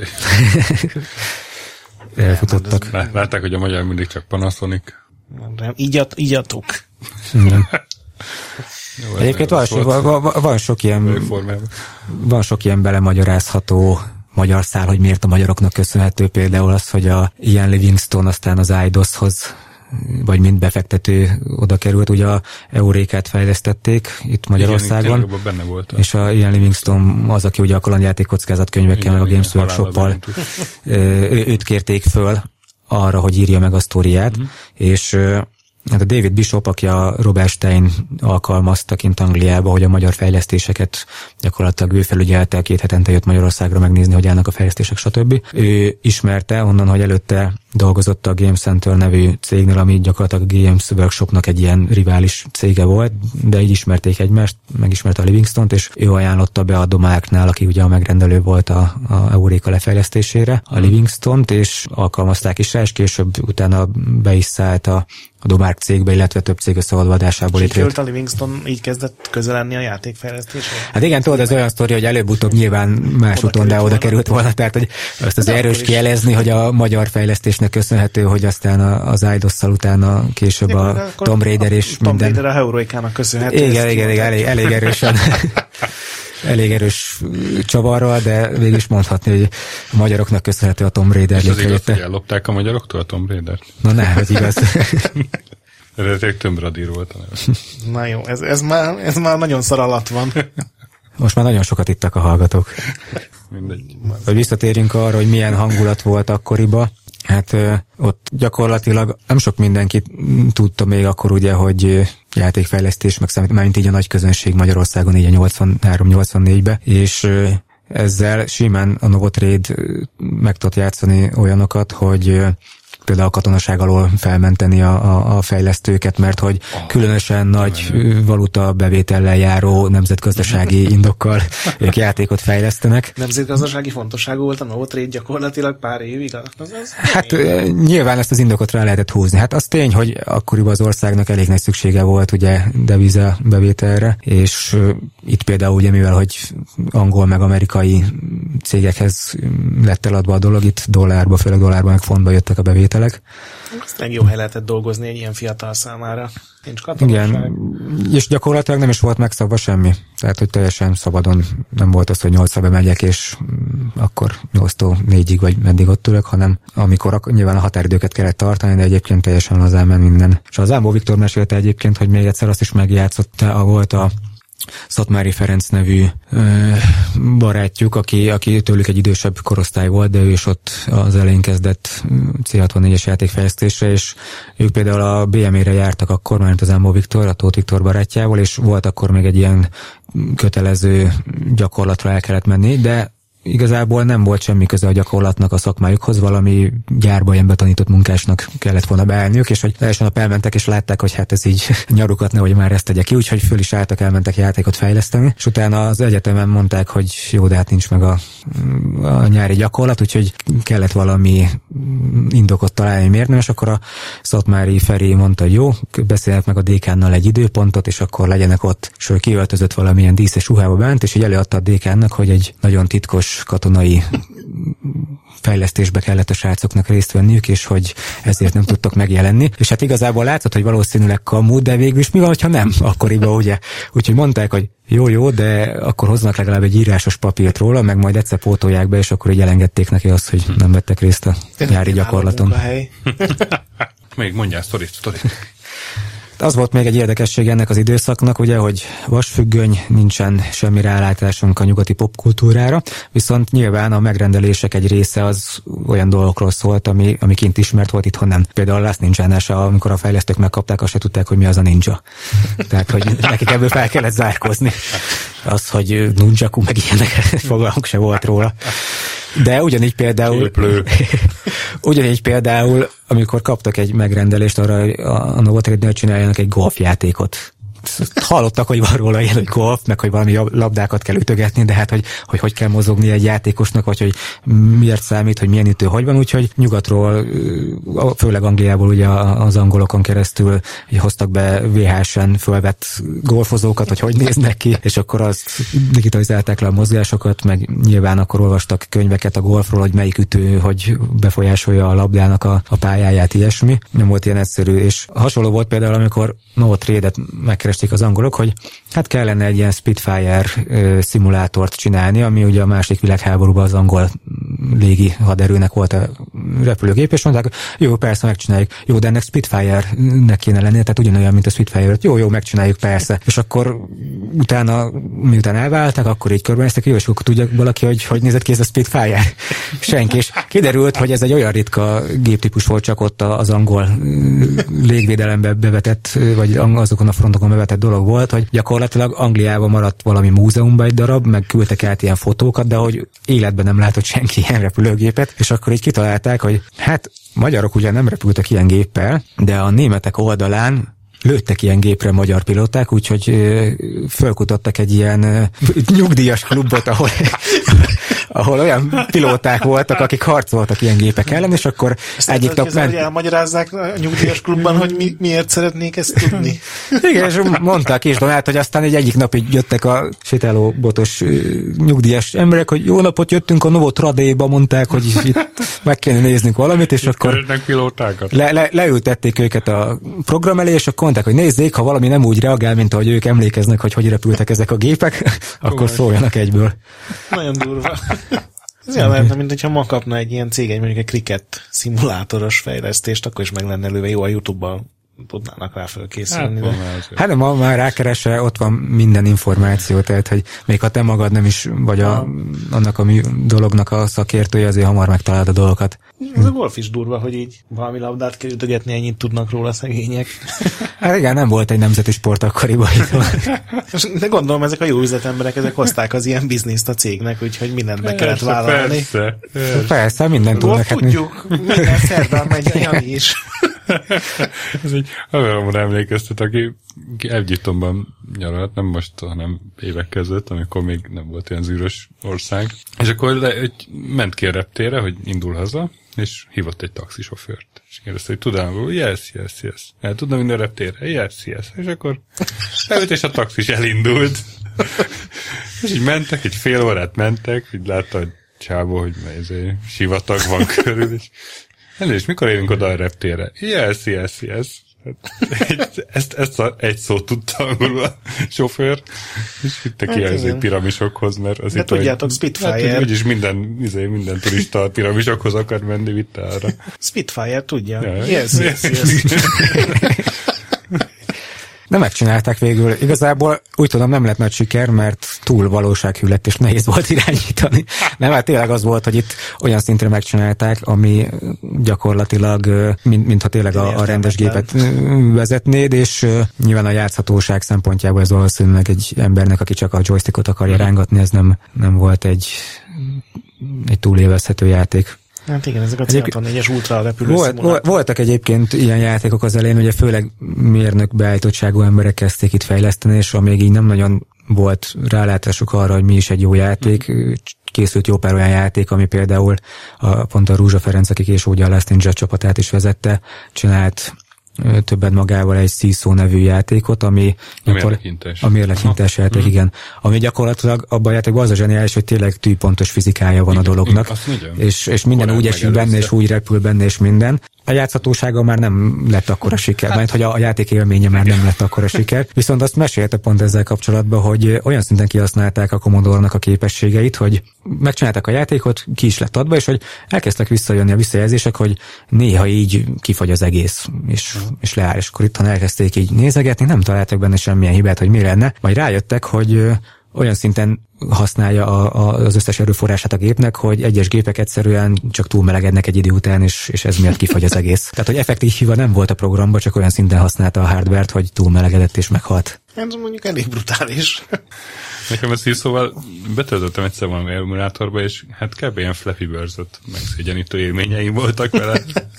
Elfutottak. Látták, hogy a magyar mindig csak Panasonic. Ígyatok. Egyébként van sok ilyen belemagyarázható magyar szál, hogy miért a magyaroknak köszönhető, például az, hogy a Ian Livingstone aztán az Eidoshoz vagy mint befektető oda került, ugye a Eurékát fejlesztették itt Magyarországon. Igen, benne volt. És a Ian Livingstone az, aki ugye a kalandjáték kockázatkönyvekkel, meg a Games Workshop-pal őt kérték föl arra, hogy írja meg a sztoriát, és hát a David Bishop, aki a Robert Stein alkalmazta kint Angliába, hogy a magyar fejlesztéseket gyakorlatilag ő felügyelte, 2 hetente jött Magyarországra megnézni, hogy állnak a fejlesztések, stb. Ő ismerte onnan, hogy előtte dolgozott a Game Center nevű cégnél, ami gyakorlatilag a Games Workshopnak egy ilyen rivális cége volt, de így ismerték egymást, megismerte a Livingstone-t, és ő ajánlotta be a Domarknál, aki ugye a megrendelő volt a Euréka lefejlesztésére, a Livingstone-t, és alkalmazták is rá, és később utána be is szállt a Domark cégbe, illetve több cég összeolvadásából létrejött. A Livingston így kezdett közel lenni a játékfejlesztésre? Hát igen, tudod, ez olyan sztori, hogy előbb-utóbb nyilván más úton, de oda került volna, tehát hogy azt az erős kielezni, hogy a magyar fejlesztésnek köszönhető, hogy aztán az Eidos-szal utána később a Tomb Raider és minden. Tomb Raider a Heroikának köszönhető. Igen, elég erősen. Elég erős csavarral, de végül is mondhatni, hogy a magyaroknak köszönhető a Tomb Raider. És az igaz, hogy ellopták a magyaroktól a Tomb Raidert? Na ne, hogy igaz. Eredetileg Tom Brady volt a neve. Na jó, ez már nagyon szar alatt van. Most már nagyon sokat ittak a hallgatók. Mindegy. Hogy visszatérjünk arra, hogy milyen hangulat volt akkoriban. Hát ott gyakorlatilag nem sok mindenki tudta még akkor ugye, hogy játékfejlesztés, meg számít, mármint így a nagy közönség Magyarországon így a 83-84-be, és ezzel simán a Novotrade meg tudott játszani olyanokat, hogy például a katonaság alól felmenteni a fejlesztőket, mert hogy különösen nagy valuta bevétellel járó nemzetgazdasági indokkal ők játékot fejlesztenek. Nemzetgazdasági fontosságú volt a Novotrade gyakorlatilag pár évig? Hát nyilván ezt az indokot rá lehetett húzni. Hát az tény, hogy akkoriban az országnak elég nagy szüksége volt ugye deviza bevételre, és itt például ugye mivel, hogy angol meg amerikai cégekhez lett eladva a dolog, itt dollárba, főleg dollárba meg fontba jöttek a bevételek. Aztán jó hely lehetett dolgozni egy ilyen fiatal számára. Nincs katonaság. Igen, és gyakorlatilag nem is volt megszabva semmi. Tehát, hogy teljesen szabadon nem volt az, hogy 8-ra bemegyek, és akkor 8-tól 4-ig vagy meddig ott ülök, hanem amikor nyilván a határidőket kellett tartani, de egyébként teljesen lazán ment minden. És az Ámbó Viktor mesélte egyébként, hogy még egyszer azt is megjátszotta, volt a Szatmári Ferenc nevű barátjuk, aki tőlük egy idősebb korosztály volt, de ő is ott az elején kezdett C64-es játékfejlesztésre, és ők például a BME-re jártak akkor, mert az Ámbó Viktor, a Tóth Viktor barátjával, és volt akkor még egy ilyen kötelező gyakorlatra el kellett menni, de igazából nem volt semmi köze a gyakorlatnak a szakmájukhoz, valami gyárba ilyen betanított munkásnak kellett volna beállniuk, és hogy teljesen elmentek, és látták, hogy hát ez így nyarukat nehogy már ezt tegye ki, úgyhogy föl is álltak, elmentek játékot fejleszteni, és utána az egyetemen mondták, hogy jó, de hát nincs meg a nyári gyakorlat, úgyhogy kellett valami indokot találni, miért nem, és akkor a Szatmári Feri mondta, hogy jó, beszélnek meg a dékánnal egy időpontot, és akkor legyenek ott, és ő kiöltözött valamilyen díszes ruhába bent, és így előadta a dékánnak, hogy egy nagyon titkos katonai fejlesztésbe kellett a srácoknak részt venniük, és hogy ezért nem tudtak megjelenni. És hát igazából látszott, hogy valószínűleg kamu, de végül is mi van, ha nem akkoriban, ugye? Úgyhogy mondták, hogy jó, de akkor hoznak legalább egy írásos papírt róla, meg majd egyszer pótolják be, és akkor így elengedték neki azt, hogy nem vettek részt a nyári gyakorlaton. Még mondjál sztorit. Az volt még egy érdekesség ennek az időszaknak, ugye, hogy vasfüggöny, nincsen semmi rálátásunk a nyugati popkultúrára, viszont nyilván a megrendelések egy része az olyan dolgokról szólt, ami kint ismert volt, itthon nem. Például a Last Ninja-nál, amikor a fejlesztők megkapták, azt se tudták, hogy mi az a ninja. Tehát, hogy nekik ebből fel kellett zárkózni. Az, hogy nunchaku, meg ilyenek, fogalmunk se volt róla. De ugyanígy például, amikor kaptak egy megrendelést arra, hogy a Novotrade-nél csináljanak egy golfjátékot. Hallottak, hogy van róla ilyen, hogy golf, meg hogy valami labdákat kell ütögetni, de hát, hogy kell mozogni egy játékosnak, vagy hogy miért számít, hogy milyen ütő hogy van, úgyhogy nyugatról, főleg Angliából ugye az angolokon keresztül hoztak be VHS-en fölvett golfozókat, hogy néznek ki, és akkor azt digitalizálták le a mozgásokat, meg nyilván akkor olvastak könyveket a golfról, hogy melyik ütő, hogy befolyásolja a labdának a pályáját, ilyesmi. Nem volt ilyen egyszerű, és hasonló volt például, amikor Novotrade-et megkeresték az angolok, hogy hát kellene egy ilyen Spitfire szimulátort csinálni, ami ugye a második világháborúban az angol légi haderőnek volt a repülőgép, és mondták, jó, persze megcsináljuk. Jó, de ennek Spitfire-nek kéne lennie, tehát ugyanolyan, mint a Spitfire-t. Jó, megcsináljuk, persze. És akkor utána, miután elváltak, akkor így körbenéztek, jó, és akkor tudja valaki, hogy nézett ki ez a Spitfire? Senki. És kiderült, hogy ez egy olyan ritka géptípus volt, csak ott az angol légvédelembe bevetett, vagy azokon a frontokon bevetett dolog volt, hogy gyakorlatilag Angliában maradt valami múzeumban egy darab, meg küldtek át ilyen fotókat, de hogy életben nem látott senki ilyen repülőgépet, és akkor így kitalálták, hogy hát magyarok ugyan nem repültek ilyen géppel, de a németek oldalán lőttek ilyen gépre magyar pilóták, úgyhogy fölkutattak egy ilyen nyugdíjas klubot, ahol olyan pilóták voltak, akik harcoltak ilyen gépek ellen, és akkor egyik nap hogy elmagyarázzák a nyugdíjas klubban, hogy miért szeretnék ezt tudni. Igen, és mondták is Donát, hogy aztán egyik nap így jöttek a sétáló botos nyugdíjas emberek, hogy jó napot, jöttünk a Novotrade-ba, mondták, hogy itt meg kéne néznünk valamit, és akkor leültették őket a program elé, és akkor mondták, hogy nézzék, ha valami nem úgy reagál, mint ahogy ők emlékeznek, hogy repültek ezek a gépek, akkor szóljanak egyből. Nagyon durva. Ez olyan lehetne, mint hogyha ma kapna egy ilyen cég, mondjuk egy cricket szimulátoros fejlesztést, akkor is meg lenne lőve. Jó, a YouTube-ban tudnának rá fölkészülni. Hát de ma már rákeresve, ott van minden információ, tehát, hogy még ha te magad nem is vagy annak a dolognak a szakértője, azért hamar megtalálod a dolgokat. Ez a golf is durva, hogy így valami labdát kell ütögetni, ennyit tudnak róla szegények. Hát igen, nem volt egy nemzeti sport akkoriban. De gondolom, ezek a jó üzletemberek, ezek hozták az ilyen bizniszt a cégnek, úgyhogy mindent be kellett vállalni. Persze, mindent tudnak. Tudjuk, minden szerdán megy a Jani is. Ez egy haveromra emlékeztet, aki Egyiptomban nyaralt, nem most, hanem évek között, amikor még nem volt olyan zűrös ország. És akkor ment ki a reptérre, hogy indul haza, és hívott egy taxisofőrt. És kérdezte, hogy tudám, yes. El tudna minden reptérre? Yes. És akkor elült, és a taxis elindult. És így mentek, egy fél órát mentek, így látta, hogy csávó, hogy sivatag van körül, és mikor érünk oda a reptérre? Yes. Ezt egy szót tudta angolul a sofőr, és hitte ki az piramisokhoz, mert az itt, tudjátok, Spitfire. Hát, úgyis minden turista a piramisokhoz akar menni, vitte arra. Spitfire, tudja. Ja, yes. De megcsinálták végül. Igazából úgy tudom, nem lett nagy siker, mert túl valósághű lett, és nehéz volt irányítani. Nem, hát tényleg az volt, hogy itt olyan szintre megcsinálták, ami gyakorlatilag, mintha tényleg a rendes gépet vezetnéd, és nyilván a játszhatóság szempontjából ez valószínűleg egy embernek, aki csak a joystickot akarja rángatni, ez nem volt egy túl élvezhető játék. Hát igen, ezek a C64-es ultra repülő voltak egyébként ilyen játékok az elején, ugye főleg mérnök beállítottságú emberek kezdték itt fejleszteni, és amíg így nem nagyon volt rálátásuk arra, hogy mi is egy jó játék, készült jó pár olyan játék, ami például pont a Rúzsa Ferenc, aki később ugye a Last Ninja csapatát is vezette, csinált többet magával egy Seesaw nevű játékot, ami a mérleghintes játék, igen. Ami gyakorlatilag abban a játékban az a zseniális, hogy tényleg tűpontos fizikája van a dolognak, és minden úgy esik benne, és úgy repül benne, és minden. A játszhatósága már nem lett akkora siker, mert hogy a játék élménye már nem lett akkora siker. Viszont azt mesélte pont ezzel kapcsolatban, hogy olyan szinten kihasználták a Commodore-nak a képességeit, hogy megcsinálták a játékot, ki is lett adva, és hogy elkezdtek visszajönni a visszajelzések, hogy néha így kifagy az egész, és leáll, és akkor itthon elkezdték így nézegetni, nem találtak benne semmilyen hibát, hogy mi lenne, majd rájöttek, hogy olyan szinten használja az összes erőforrását a gépnek, hogy egyes gépek egyszerűen csak túlmelegednek egy idő után, és ez miatt kifagy az egész. Tehát, hogy effektív hiba nem volt a programba, csak olyan szinten használta a hardware-t, hogy túlmelegedett és meghalt. Ez mondjuk elég brutális. Nekem ezt így szóval betöltöttem egyszer valami emulátorba, és hát kb. Ilyen Flappy Birds-ot megszégyenítő élményeim voltak vele.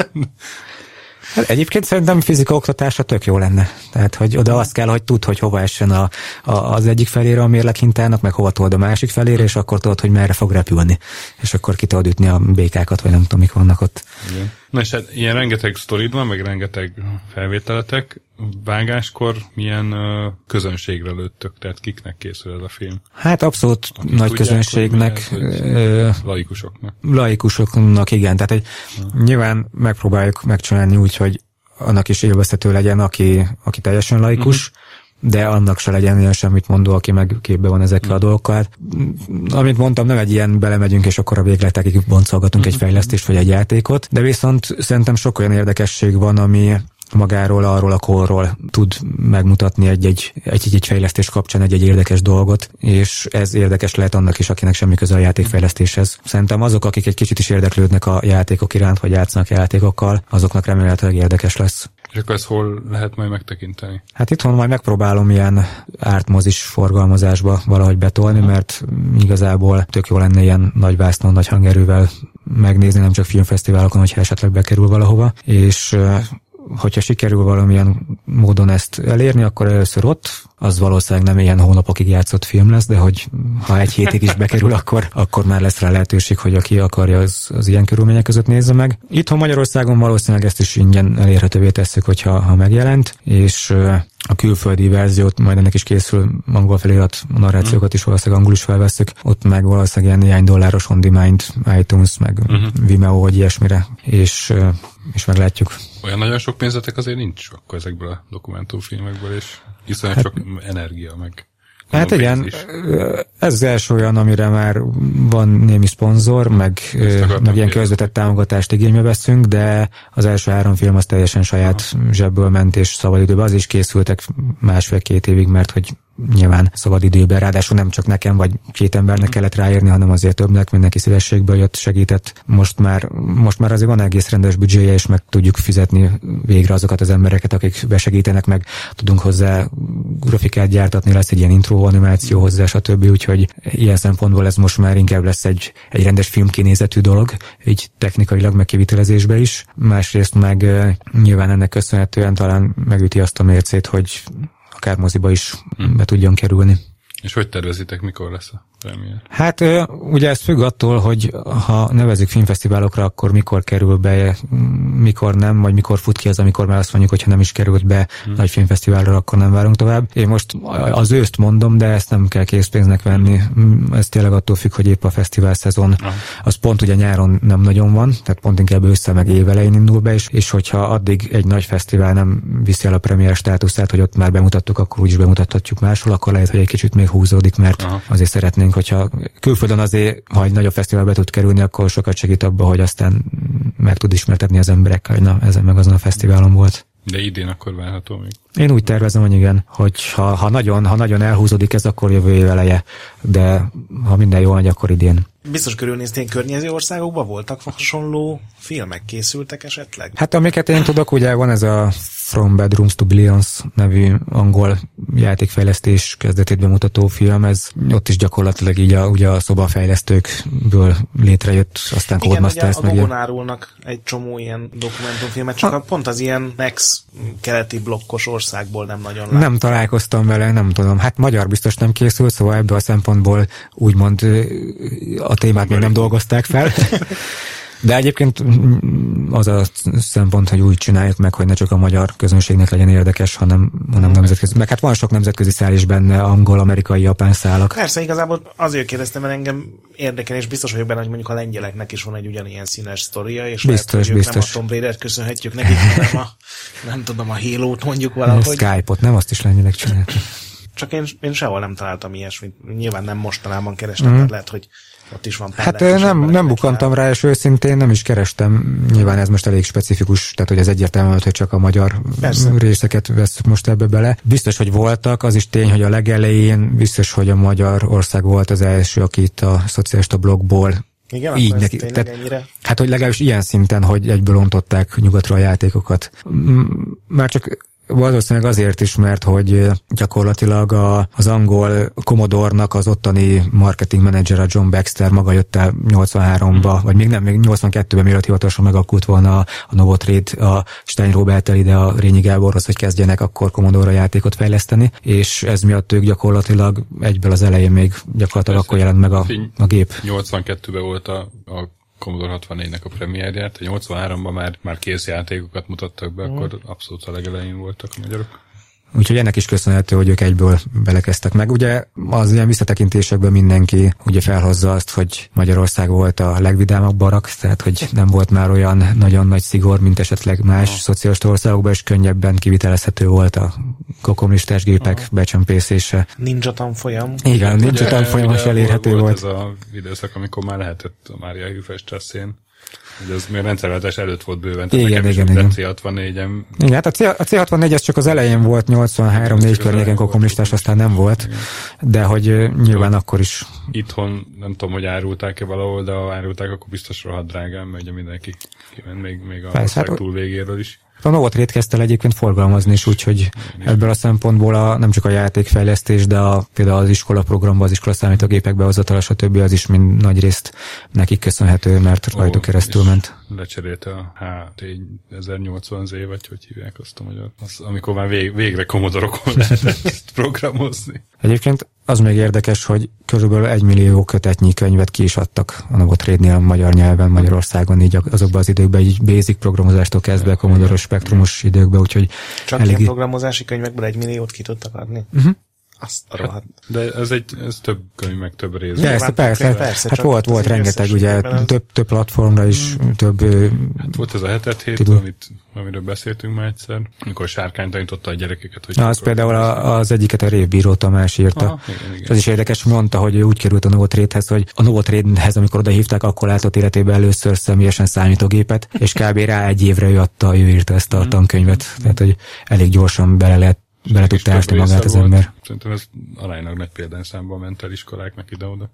Hát egyébként szerintem fizika oktatásra tök jó lenne. Tehát, hogy oda azt kell, hogy tudd, hogy hova essen az egyik felére a mérleghintának, meg hova told a másik felére, és akkor tudod, hogy merre fog repülni. És akkor ki tudod ütni a békákat, vagy nem tudom, mik vannak ott. Igen. Na és hát ilyen rengeteg sztorid van, meg rengeteg felvételetek. Vágáskor milyen közönségre lőttök? Tehát kiknek készül ez a film? Hát abszolút nagy tudják, közönségnek. Laikusoknak. Laikusoknak, igen. Tehát nyilván megpróbáljuk megcsinálni úgy, hogy annak is élvezhető legyen, aki teljesen laikus, de annak se legyen ilyen semmit mondó, aki meg képbe van ezekkel a dolgokkal. Amit mondtam, nem egy ilyen belemegyünk, és akkor a végletekig boncolgatunk egy fejlesztést, vagy egy játékot, de viszont szerintem sok olyan érdekesség van, ami magáról, arról a korról tud megmutatni egy fejlesztés kapcsán egy érdekes dolgot, és ez érdekes lehet annak is, akinek semmi köze a játékfejlesztéshez. Szerintem azok, akik egy kicsit is érdeklődnek a játékok iránt, vagy játszanak játékokkal, azoknak remélhetőleg érdekes lesz. És akkor ezt hol lehet majd megtekinteni? Hát itthon majd megpróbálom ilyen ártmozis forgalmazásba valahogy betolni, mert igazából tök jó lenne ilyen nagy vásznon, nagy hangerővel megnézni, nem csak filmfesztiválokon, hogyha esetleg bekerül valahova, és hogyha sikerül valamilyen módon ezt elérni, akkor először ott, az valószínűleg nem ilyen hónapokig játszott film lesz, de hogy ha egy hétig is bekerül, akkor már lesz rá lehetőség, hogy aki akarja, az ilyen körülmények között nézze meg. Itthon Magyarországon valószínűleg ezt is ingyen elérhetővé tesszük, hogyha megjelent, és a külföldi verziót, majd ennek is készül angol felirat, a narrációkat is valószínűleg angol is felvesszük, ott meg valószínűleg ilyen néhány dolláros on demand, iTunes, meg Vimeo, vagy ilyesmire, és meglátjuk. Olyan nagyon sok pénzetek azért nincs akkor ezekből a dokumentumfilmekből, és iszonyat sok energia meg Hát igen, ez az első olyan, amire már van némi szponzor, meg ilyen közvetett támogatást igénybe veszünk, de az első 3 film az teljesen saját zsebből ment, és szabadidőben az is készültek 1,5-2 évig, mert hogy nyilván szabadidőben, ráadásul nem csak nekem vagy 2 embernek kellett ráírni, hanem azért többnek, mindenki szívességből jött, segített. Most már azért van egész rendes büdzséje, és meg tudjuk fizetni végre azokat az embereket, akik besegítenek, meg tudunk hozzá grafikát gyártatni, lesz egy ilyen intro animáció hozzá, stb. Úgyhogy ilyen szempontból ez most már inkább lesz egy rendes filmkinézetű dolog, így technikailag meg kivitelezésbe is. Másrészt meg nyilván ennek köszönhetően talán megüti azt a mércét, hogy akár moziba is be tudjon kerülni. És hogy tervezitek, mikor lesz a premier? Hát ugye ez függ attól, hogy ha nevezzük filmfesztiválokra, akkor mikor kerül be, mikor nem, vagy mikor fut ki az, amikor már azt mondjuk, hogy ha nem is került be nagy filmfesztiválra, akkor nem várunk tovább. Én most az őszt mondom, de ezt nem kell készpénznek venni. Ez tényleg attól függ, hogy épp a fesztivál szezon. Az pont ugye nyáron nem nagyon van, tehát pont inkább ősszel meg évelején indul be, és hogyha addig egy nagy fesztivál nem viszi el a premier státuszát, hogy ott már bemutattuk, akkor úgyis bemutathatjuk máshol, akkor lehet, hogy egy kicsit még húzódik, mert azért szeretnénk, hogyha külföldön azért, ha egy nagyobb fesztiválba tud kerülni, akkor sokat segít abba, hogy aztán meg tud ismertetni az emberekkel, hogy na, ezen meg azon a fesztiválon volt. De idén akkor várható még? Én úgy tervezem, hogy igen, hogy ha nagyon elhúzódik ez, akkor jövő év eleje, de ha minden jól megy, akkor idén. Biztos körülnéztél, környező országokban voltak hasonló filmek, készültek esetleg? Hát amiket én tudok, ugye van ez a From Bedrooms to Billions nevű angol játékfejlesztés kezdetét bemutató film, ez ott is gyakorlatilag így ugye a szobafejlesztőkből létrejött, aztán Codemasters meg. Igen, a Gogon árulnak egy csomó ilyen dokumentumfilmet, csak pont az ilyen keleti blokkos országból nem nagyon láttam. Nem találkoztam vele, nem tudom. Hát magyar biztos nem készült, szóval ebből a szempontból úgymond a témát még nem dolgozták fel. De egyébként az a szempont, hogy úgy csináljuk meg, hogy ne csak a magyar közönségnek legyen érdekes, hanem nemzetközi. Meg hát van sok nemzetközi szál is benne, angol, amerikai, japán szálak. Persze, igazából azért kérdeztem, mert engem érdekel, és biztos vagyok benne, hogy mondjuk a lengyeleknek is van egy ugyanilyen színes sztoria, és biztos. Nem a Tomb Raider-t köszönhetjük nekik, hanem nem tudom, a Halo-t mondjuk valahogy. A Skype-ot, nem azt is lengyelek csináltak. Csak én sehol nem találtam ilyesmit. Nyilván nem mostanában kerestem, tehát lehet, hogy ott is van pár. Hát nem bukantam rá, és őszintén nem is kerestem. Nyilván ez most elég specifikus, tehát hogy ez egyértelmű, hogy csak a magyar részeket vesszük most ebbe bele. Biztos, hogy voltak, az is tény, hogy a legelején biztos, hogy a Magyarország volt az első, aki itt a szocialista blogból igen, így neki. Hát, hogy legalábbis ilyen szinten, hogy egyből ontották nyugatra a játékokat. Már csak valószínűleg azért is, mert hogy gyakorlatilag az angol Commodore-nak az ottani marketing menedzser, a John Baxter maga jött el 83-ba, vagy még 82-ben, mielőtt hivatalosan megalkult volna a Novotrade, a Stein Robert-tel ide a Rényi Gáborhoz, hogy kezdjenek akkor Commodore játékot fejleszteni, és ez miatt ők gyakorlatilag egyből az elején még gyakorlatilag akkor jelent meg a gép. 82-ben volt a Commodore 64-nek a premierját, 83-ban már kész játékokat mutattak be, akkor abszolút a legelején voltak a magyarok. Úgyhogy ennek is köszönhető, hogy ők egyből belekezdtek meg. Ugye az ilyen visszatekintésekben mindenki ugye felhozza azt, hogy Magyarország volt a legvidámabb barak, tehát hogy nem volt már olyan nagyon nagy szigor, mint esetleg más szocialista országokban, és könnyebben kivitelezhető volt a kommunistás gépek becsempészése. Ninja tanfolyam. Igen, ninja tanfolyam is elérhető volt. Ez a időszak, amikor már lehetett a Mária Hilfestrasszén. Ugye az még rendszerváltás előtt volt bőven, tehát igen. C64-en... Igen, hát a C64 ez csak az elején volt, 83-4 környéken kommunistás, aztán nem volt, igen. De hogy nyilván akkor is... Itthon nem tudom, hogy árulták-e valahol, de ha árulták, akkor biztos rohadt drágán, mert ugye mindenki kiment még a ország túl végéről is. A Novotrade kezdte egyébként forgalmazni is, úgyhogy ebből a szempontból nem csak a játékfejlesztés, de például az iskola programban, az iskola számítógépek behozatala, stb. Az is mind nagy részt nekik köszönhető, mert rajtuk keresztül ment. Lecserélte a HT1080Z, vagy hogy hívják azt a magyar, amikor már végre Commodore-okon lehetett programozni. Egyébként az még érdekes, hogy körülbelül 1 millió kötetnyi könyvet ki is adtak a Novotrade-nél magyar nyelven Magyarországon, így azokban az időkben, így basic programozástól kezdve Commodore spektrumos időkben, úgyhogy csak ilyen programozási könyvekből 1 milliót ki tudtak adni? Azt a rohadt. De ez több könyv, meg több rész. Persze. Hát volt rengeteg, ugye több platformra is, több... Hát volt ez a hetet hét, amiről beszéltünk már egyszer, amikor Sárkány tanította a gyerekeket, hogy... Az például az egyiket a Révbíró Tamás írta. Aha, igen. Az is érdekes, mondta, hogy ő úgy került a Novotrade-hez, hogy a Novotrade-hez, amikor odahívták, akkor látott életében először személyesen számítógépet, és kb. Rá egy évre ő írta ezt a tankönyvet. Tehát, hogy elég gyorsan bele tudta ásni magát az ember. Szerintem ez aránylag nagy példányszámban ment el iskoláknak ide-oda.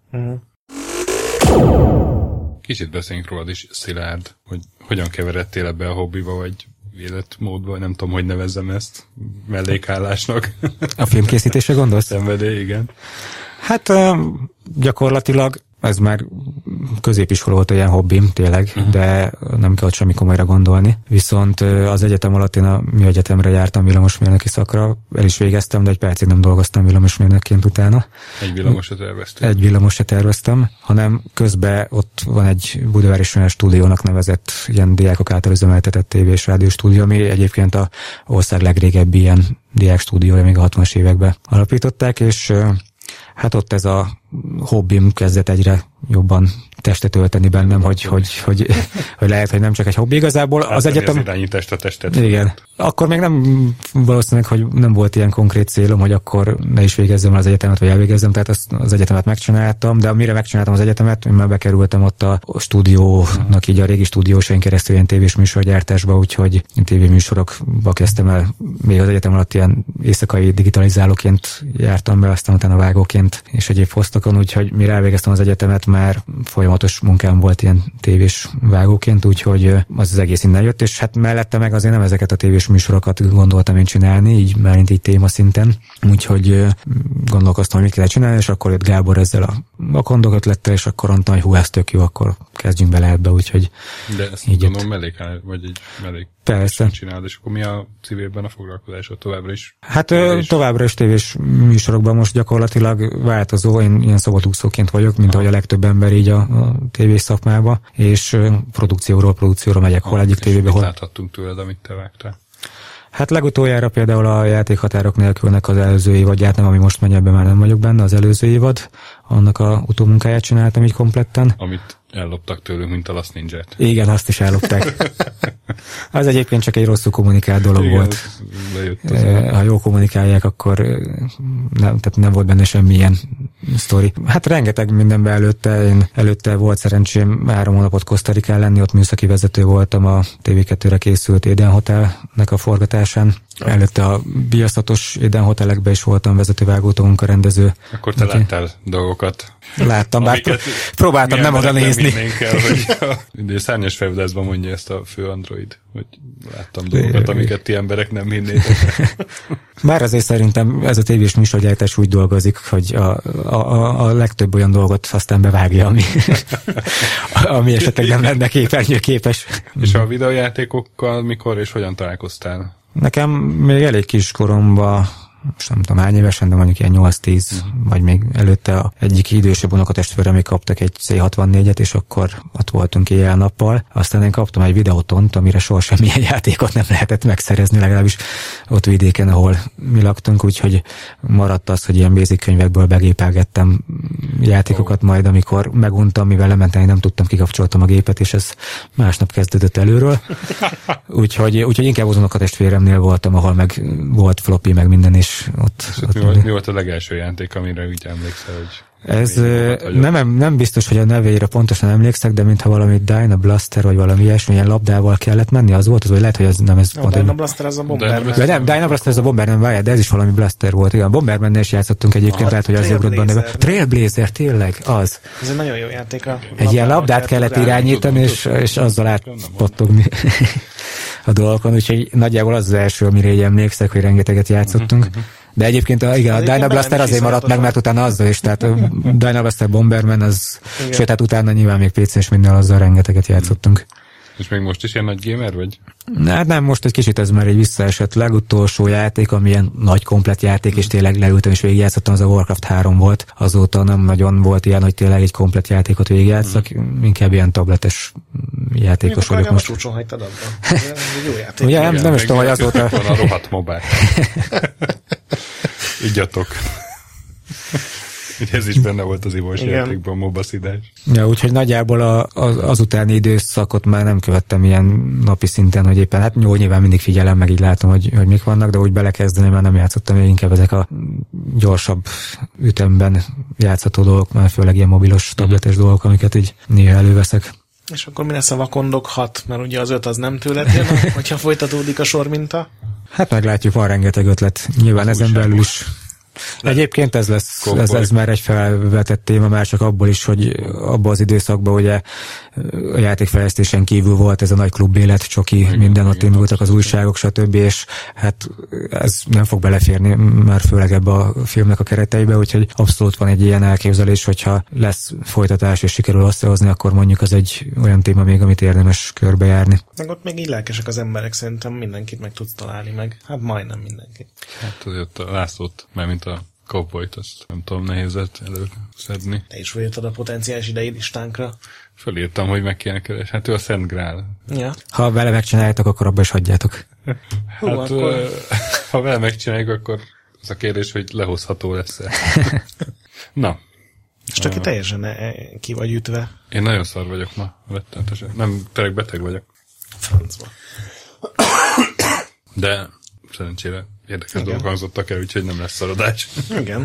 Kicsit beszéljünk rólad is, Szilárd, hogy hogyan keveredtél ebbe a hobbiba, vagy életmódba, nem tudom, hogy nevezzem ezt, mellékállásnak. A filmkészítésre gondolsz? Szenvedély, igen. Hát gyakorlatilag ez már középiskola volt olyan hobbim, tényleg, de nem kellett semmi komolyra gondolni. Viszont az egyetem alatt én a mi egyetemre jártam villamosmérnöki szakra, el is végeztem, de egy percig nem dolgoztam villamosmérnökként utána. Egy villamosra terveztem? Egy villamosra terveztem, hanem közben ott van egy Budavári Sonás Stúdiónak nevezett ilyen diákok által üzemeltetett tévé- és rádióstúdió, ami egyébként a ország legrégebbi ilyen diák stúdiója, még a 60-as években alapították, és hát ott ez a hobbim kezdett egyre jobban testet ölteni bennem, hogy lehet, hogy nem csak egy hobbi igazából. Az egyetem... Az irányítást a testet. Igen. Akkor még nem valószínűleg, hogy nem volt ilyen konkrét célom, hogy akkor ne is végezzem az egyetemet, vagy elvégezzem, tehát az egyetemet megcsináltam, de amire megcsináltam az egyetemet, én már bekerültem ott a stúdiónak, így a régi stúdiósain keresztül ilyen tévés műsorgyártásba, úgyhogy tévéműsorokba kezdtem el, még az egyetem alatt ilyen éjszakai digitalizálóként jártam be, aztán utána vágóként és egyéb posztokon, úgyhogy mire elvégeztem az egyetemet, már folyamatos munkám volt ilyen tévés vágóként, úgyhogy az egész innen jött, és hát mellette meg azért nem ezeket a tévés műsorokat gondoltam én csinálni, így már így téma szinten, úgyhogy gondolkoztam, hogy mit kell csinálni, és akkor jött Gábor ezzel a kondok ötlettel, és akkor mondtam, hogy hú, ez tök jó, akkor kezdjünk bele ebbe, úgyhogy de ezt így gondolom vagy egy mellék persze csinálod, és akkor mi a civilben a foglalkozásod továbbra is? Hát továbbra is tévés műsorokban most gyakorlatilag változó, én ilyen szabadúszóként vagyok, mint ahogy a legtöbb ember így a tévés szakmába, és produkcióra megyek, hol egyik tévébe, hol... láthattunk tőled, amit te vágtál? Hát legutoljára például a Játékhatárok nélkülnek az előző évadját, nem, ami most megy, ebben már nem vagyok benne, az előző évad, annak a utómunkáját csináltam így kompletten. Amit elloptak tőlünk, mint a Last Ninja-t. Igen, azt is ellopták. Az egyébként csak egy rosszul kommunikált dolog volt. Ha jól kommunikálják, akkor tehát nem volt benne semmilyen sztori. Hát rengeteg mindenben előtte volt szerencsém 3 hónapot Costa Ricán lenni, ott műszaki vezető voltam a TV2-re készült Eden Hotelnek a forgatásán. Előtte a biasztatos Eden Hotelekben is voltam vezetővágótól munkarendező. Akkor te láttál dolgokat. Láttam, bár próbáltam nem oda nézni. De Szárnyas fejvadászban mondja ezt a fő android, hogy láttam dolgokat, amiket ti emberek nem hinnétek. Bár azért szerintem ez a tévés műsorgyártás úgy dolgozik, hogy a legtöbb olyan dolgot aztán bevágja, ami esetleg nem lenne képernyőképes. És a videójátékokkal mikor és hogyan találkoztál? Nekem még elég kis koromban, most nem tudom hány évesen, de mondjuk ilyen 8-10, vagy még előtte egyik idősebb unokatestvérem még kaptak egy C64-et, és akkor ott voltunk éjjel-nappal. Aztán én kaptam egy videótont, amire soha semmilyen játékot nem lehetett megszerezni, legalábbis ott vidéken, ahol mi laktunk, úgyhogy maradt az, hogy ilyen basic könyvekből begépelgettem játékokat, majd amikor meguntam, mivel lementem, nem tudtam, kikapcsoltam a gépet, és ez másnap kezdődött előről. Úgyhogy inkább az unokatestvéremnél voltam, ahol meg volt floppy, meg minden, és ott mi volt a legelső játék, amire úgy emlékszel, hogy... Ez nem biztos, hogy a nevére pontosan emlékszek, de mintha valami Dyna Blaster, vagy valami ilyesmi, ilyen labdával kellett menni, az volt, vagy lehet, hogy ez nem ez... A Dyna Blaster az a Bomberman. Nem, Dyna Blaster az a Bomberman, várjál, de ez is valami Blaster volt, igen. Bomberman-nel is játszottunk egyébként, lehet, hogy az ugrott benne. Trailblazer, tényleg, az. Ez egy nagyon jó játék. Egy ilyen labdát kellett irányítani, és azzal átpattogni a dolgokon, úgyhogy nagyjából az első, amire így emlékszek, hogy rengeteget játszottunk. De egyébként a Dyna Blaster azért maradt meg, mert utána azzal is, tehát Dyna Blaster, Bomberman, az, sőt, hát utána nyilván még PC-n és minden, azzal rengeteget játszottunk. És még most is ilyen nagy gamer vagy? Hát nem, most egy kicsit ez már egy visszaesett. Legutolsó játék, ami ilyen nagy komplet játék, és tényleg leültem és végigjátszottam, az a Warcraft 3 volt. Azóta nem nagyon volt ilyen, hogy tényleg egy komplet játékot végigjátszak, inkább ilyen tabletes játékos vagyok most. Csúcson hagytad abban. Ez egy jó játék. Ugye, nem is tudom, hogy azóta... Van a rohadt mobile. Igyatok. Ugye ez is benne volt az ivós játékban, mobaszidás. Ja, úgyhogy nagyjából az utáni időszakot már nem követtem ilyen napi szinten, hogy éppen, hát jó, nyilván mindig figyelem, meg így látom, hogy mik vannak, de úgy belekezdeni már nem játszottam, még inkább ezek a gyorsabb ütemben játszható dolgok, már főleg ilyen mobilos, tabletes dolgok, amiket így néha előveszek. És akkor mi lesz a Vakondok 6? Mert ugye az 5 az nem tőled jön, hogyha folytatódik a sorminta? Hát meglátjuk, van rengeteg ötlet. Nyilván ezen belül is. Egyébként ez lesz, ez már egy felvetett téma, már csak abból is, hogy abban az időszakban ugye a játékfejlesztésen kívül volt ez a nagy klubélet, csoki, minden ott indultak az újságok, stb. És hát ez nem fog beleférni már főleg ebbe a filmnek a kereteibe, úgyhogy abszolút van egy ilyen elképzelés, hogyha lesz folytatás és sikerül összehozni, akkor mondjuk az egy olyan téma még, amit érdemes körbejárni. Meg ott még így lelkesek az emberek, szerintem mindenkit meg tudsz találni meg. Hát majdnem mindenkit. Hát azért a Lászlót, mármint a Cowboyt, azt nem tudom, nehéz lett előszedni. Te is fölírtad a potenciális idei listánkra. Fölírtam, hogy meg kéne keresni. Hát ő a Szent Grál. Ja. Ha vele megcsináljátok, akkor abba is hagyjátok. Hát, ha vele megcsináljuk, akkor az a kérdés, hogy lehozható lesz-e. Na. És csak teljesen ki vagy ütve. Én nagyon szar vagyok ma. Rettenetesen. Nem, tényleg beteg vagyok. Francba. De szerencsére érdekes dolgok hangzottak el, úgyhogy nem lesz szaradás. Igen.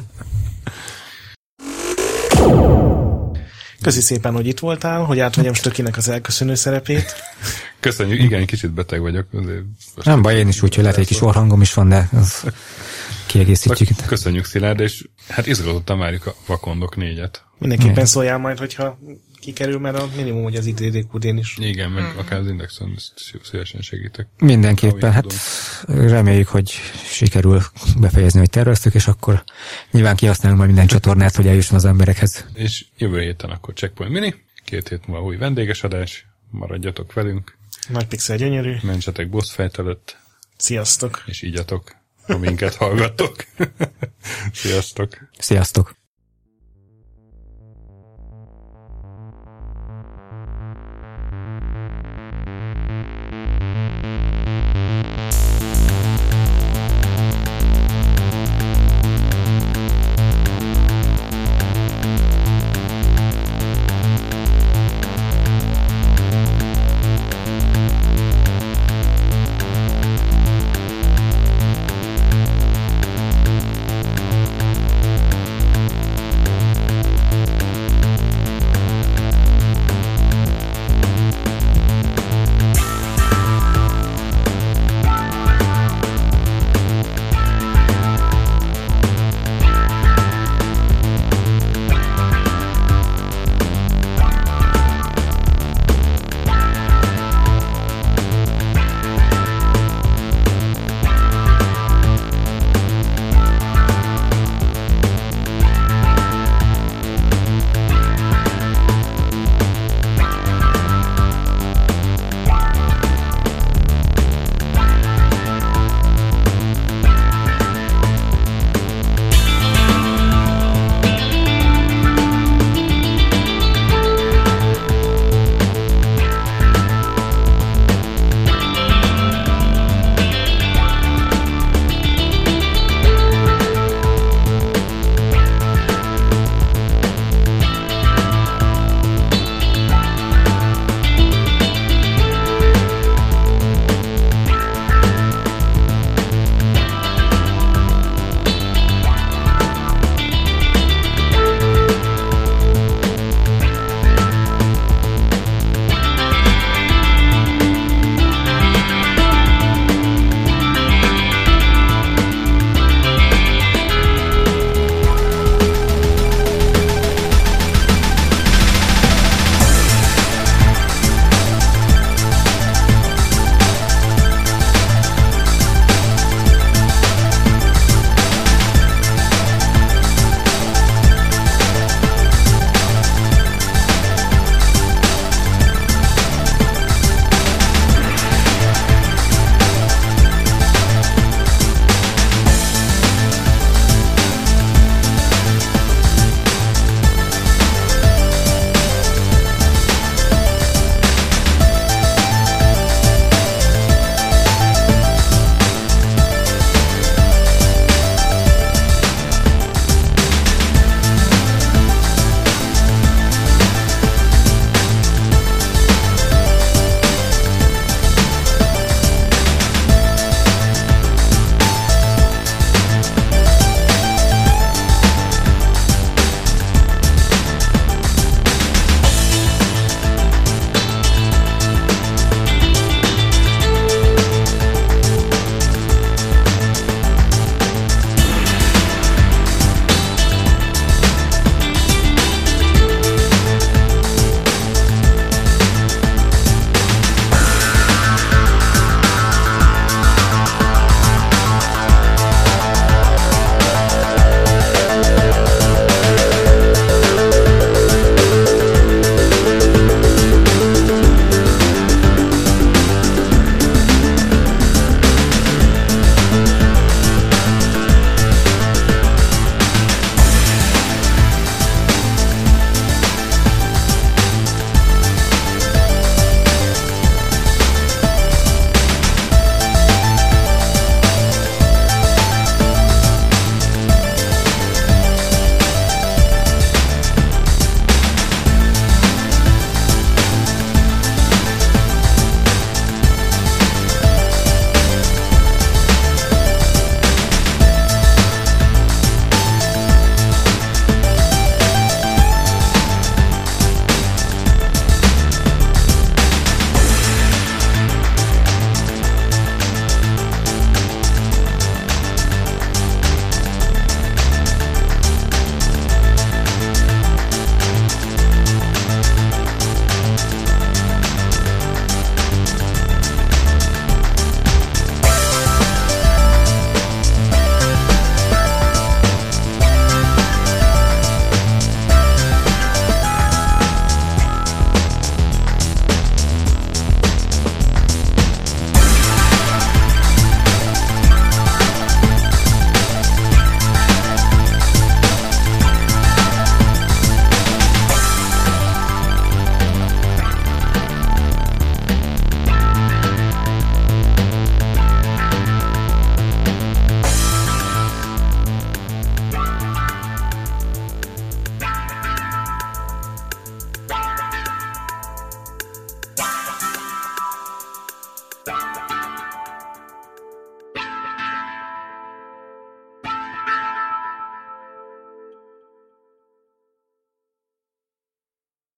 Köszi szépen, hogy itt voltál, hogy átvegyem Stökinek az elköszönő szerepét. Köszönjük, igen, kicsit beteg vagyok. Nem baj, én is úgy, hogy lehet, egy kis orhangom is van, de az kiegészítjük. Köszönjük, Szilárd, és hát izgatottan várjuk a Vakondok 4-et. Mindenképpen szóljál majd, hogyha kikerül, mert a minimum, hogy az ITDQ-n is. Igen, meg akár az Indexon szívesen segítek. Mindenképpen, hát reméljük, hogy sikerül befejezni, hogy terveztük, és akkor nyilván kihasználunk majd minden csatornát, hogy eljusson az emberekhez. És jövő héten akkor Checkpoint Mini, 2 hét múlva új vendéges adás, maradjatok velünk. Nagy pixel gyönyörű. Mentsetek boss fight előtt. Sziasztok. És ígyatok, ha minket hallgattok. Sziasztok. Sziasztok.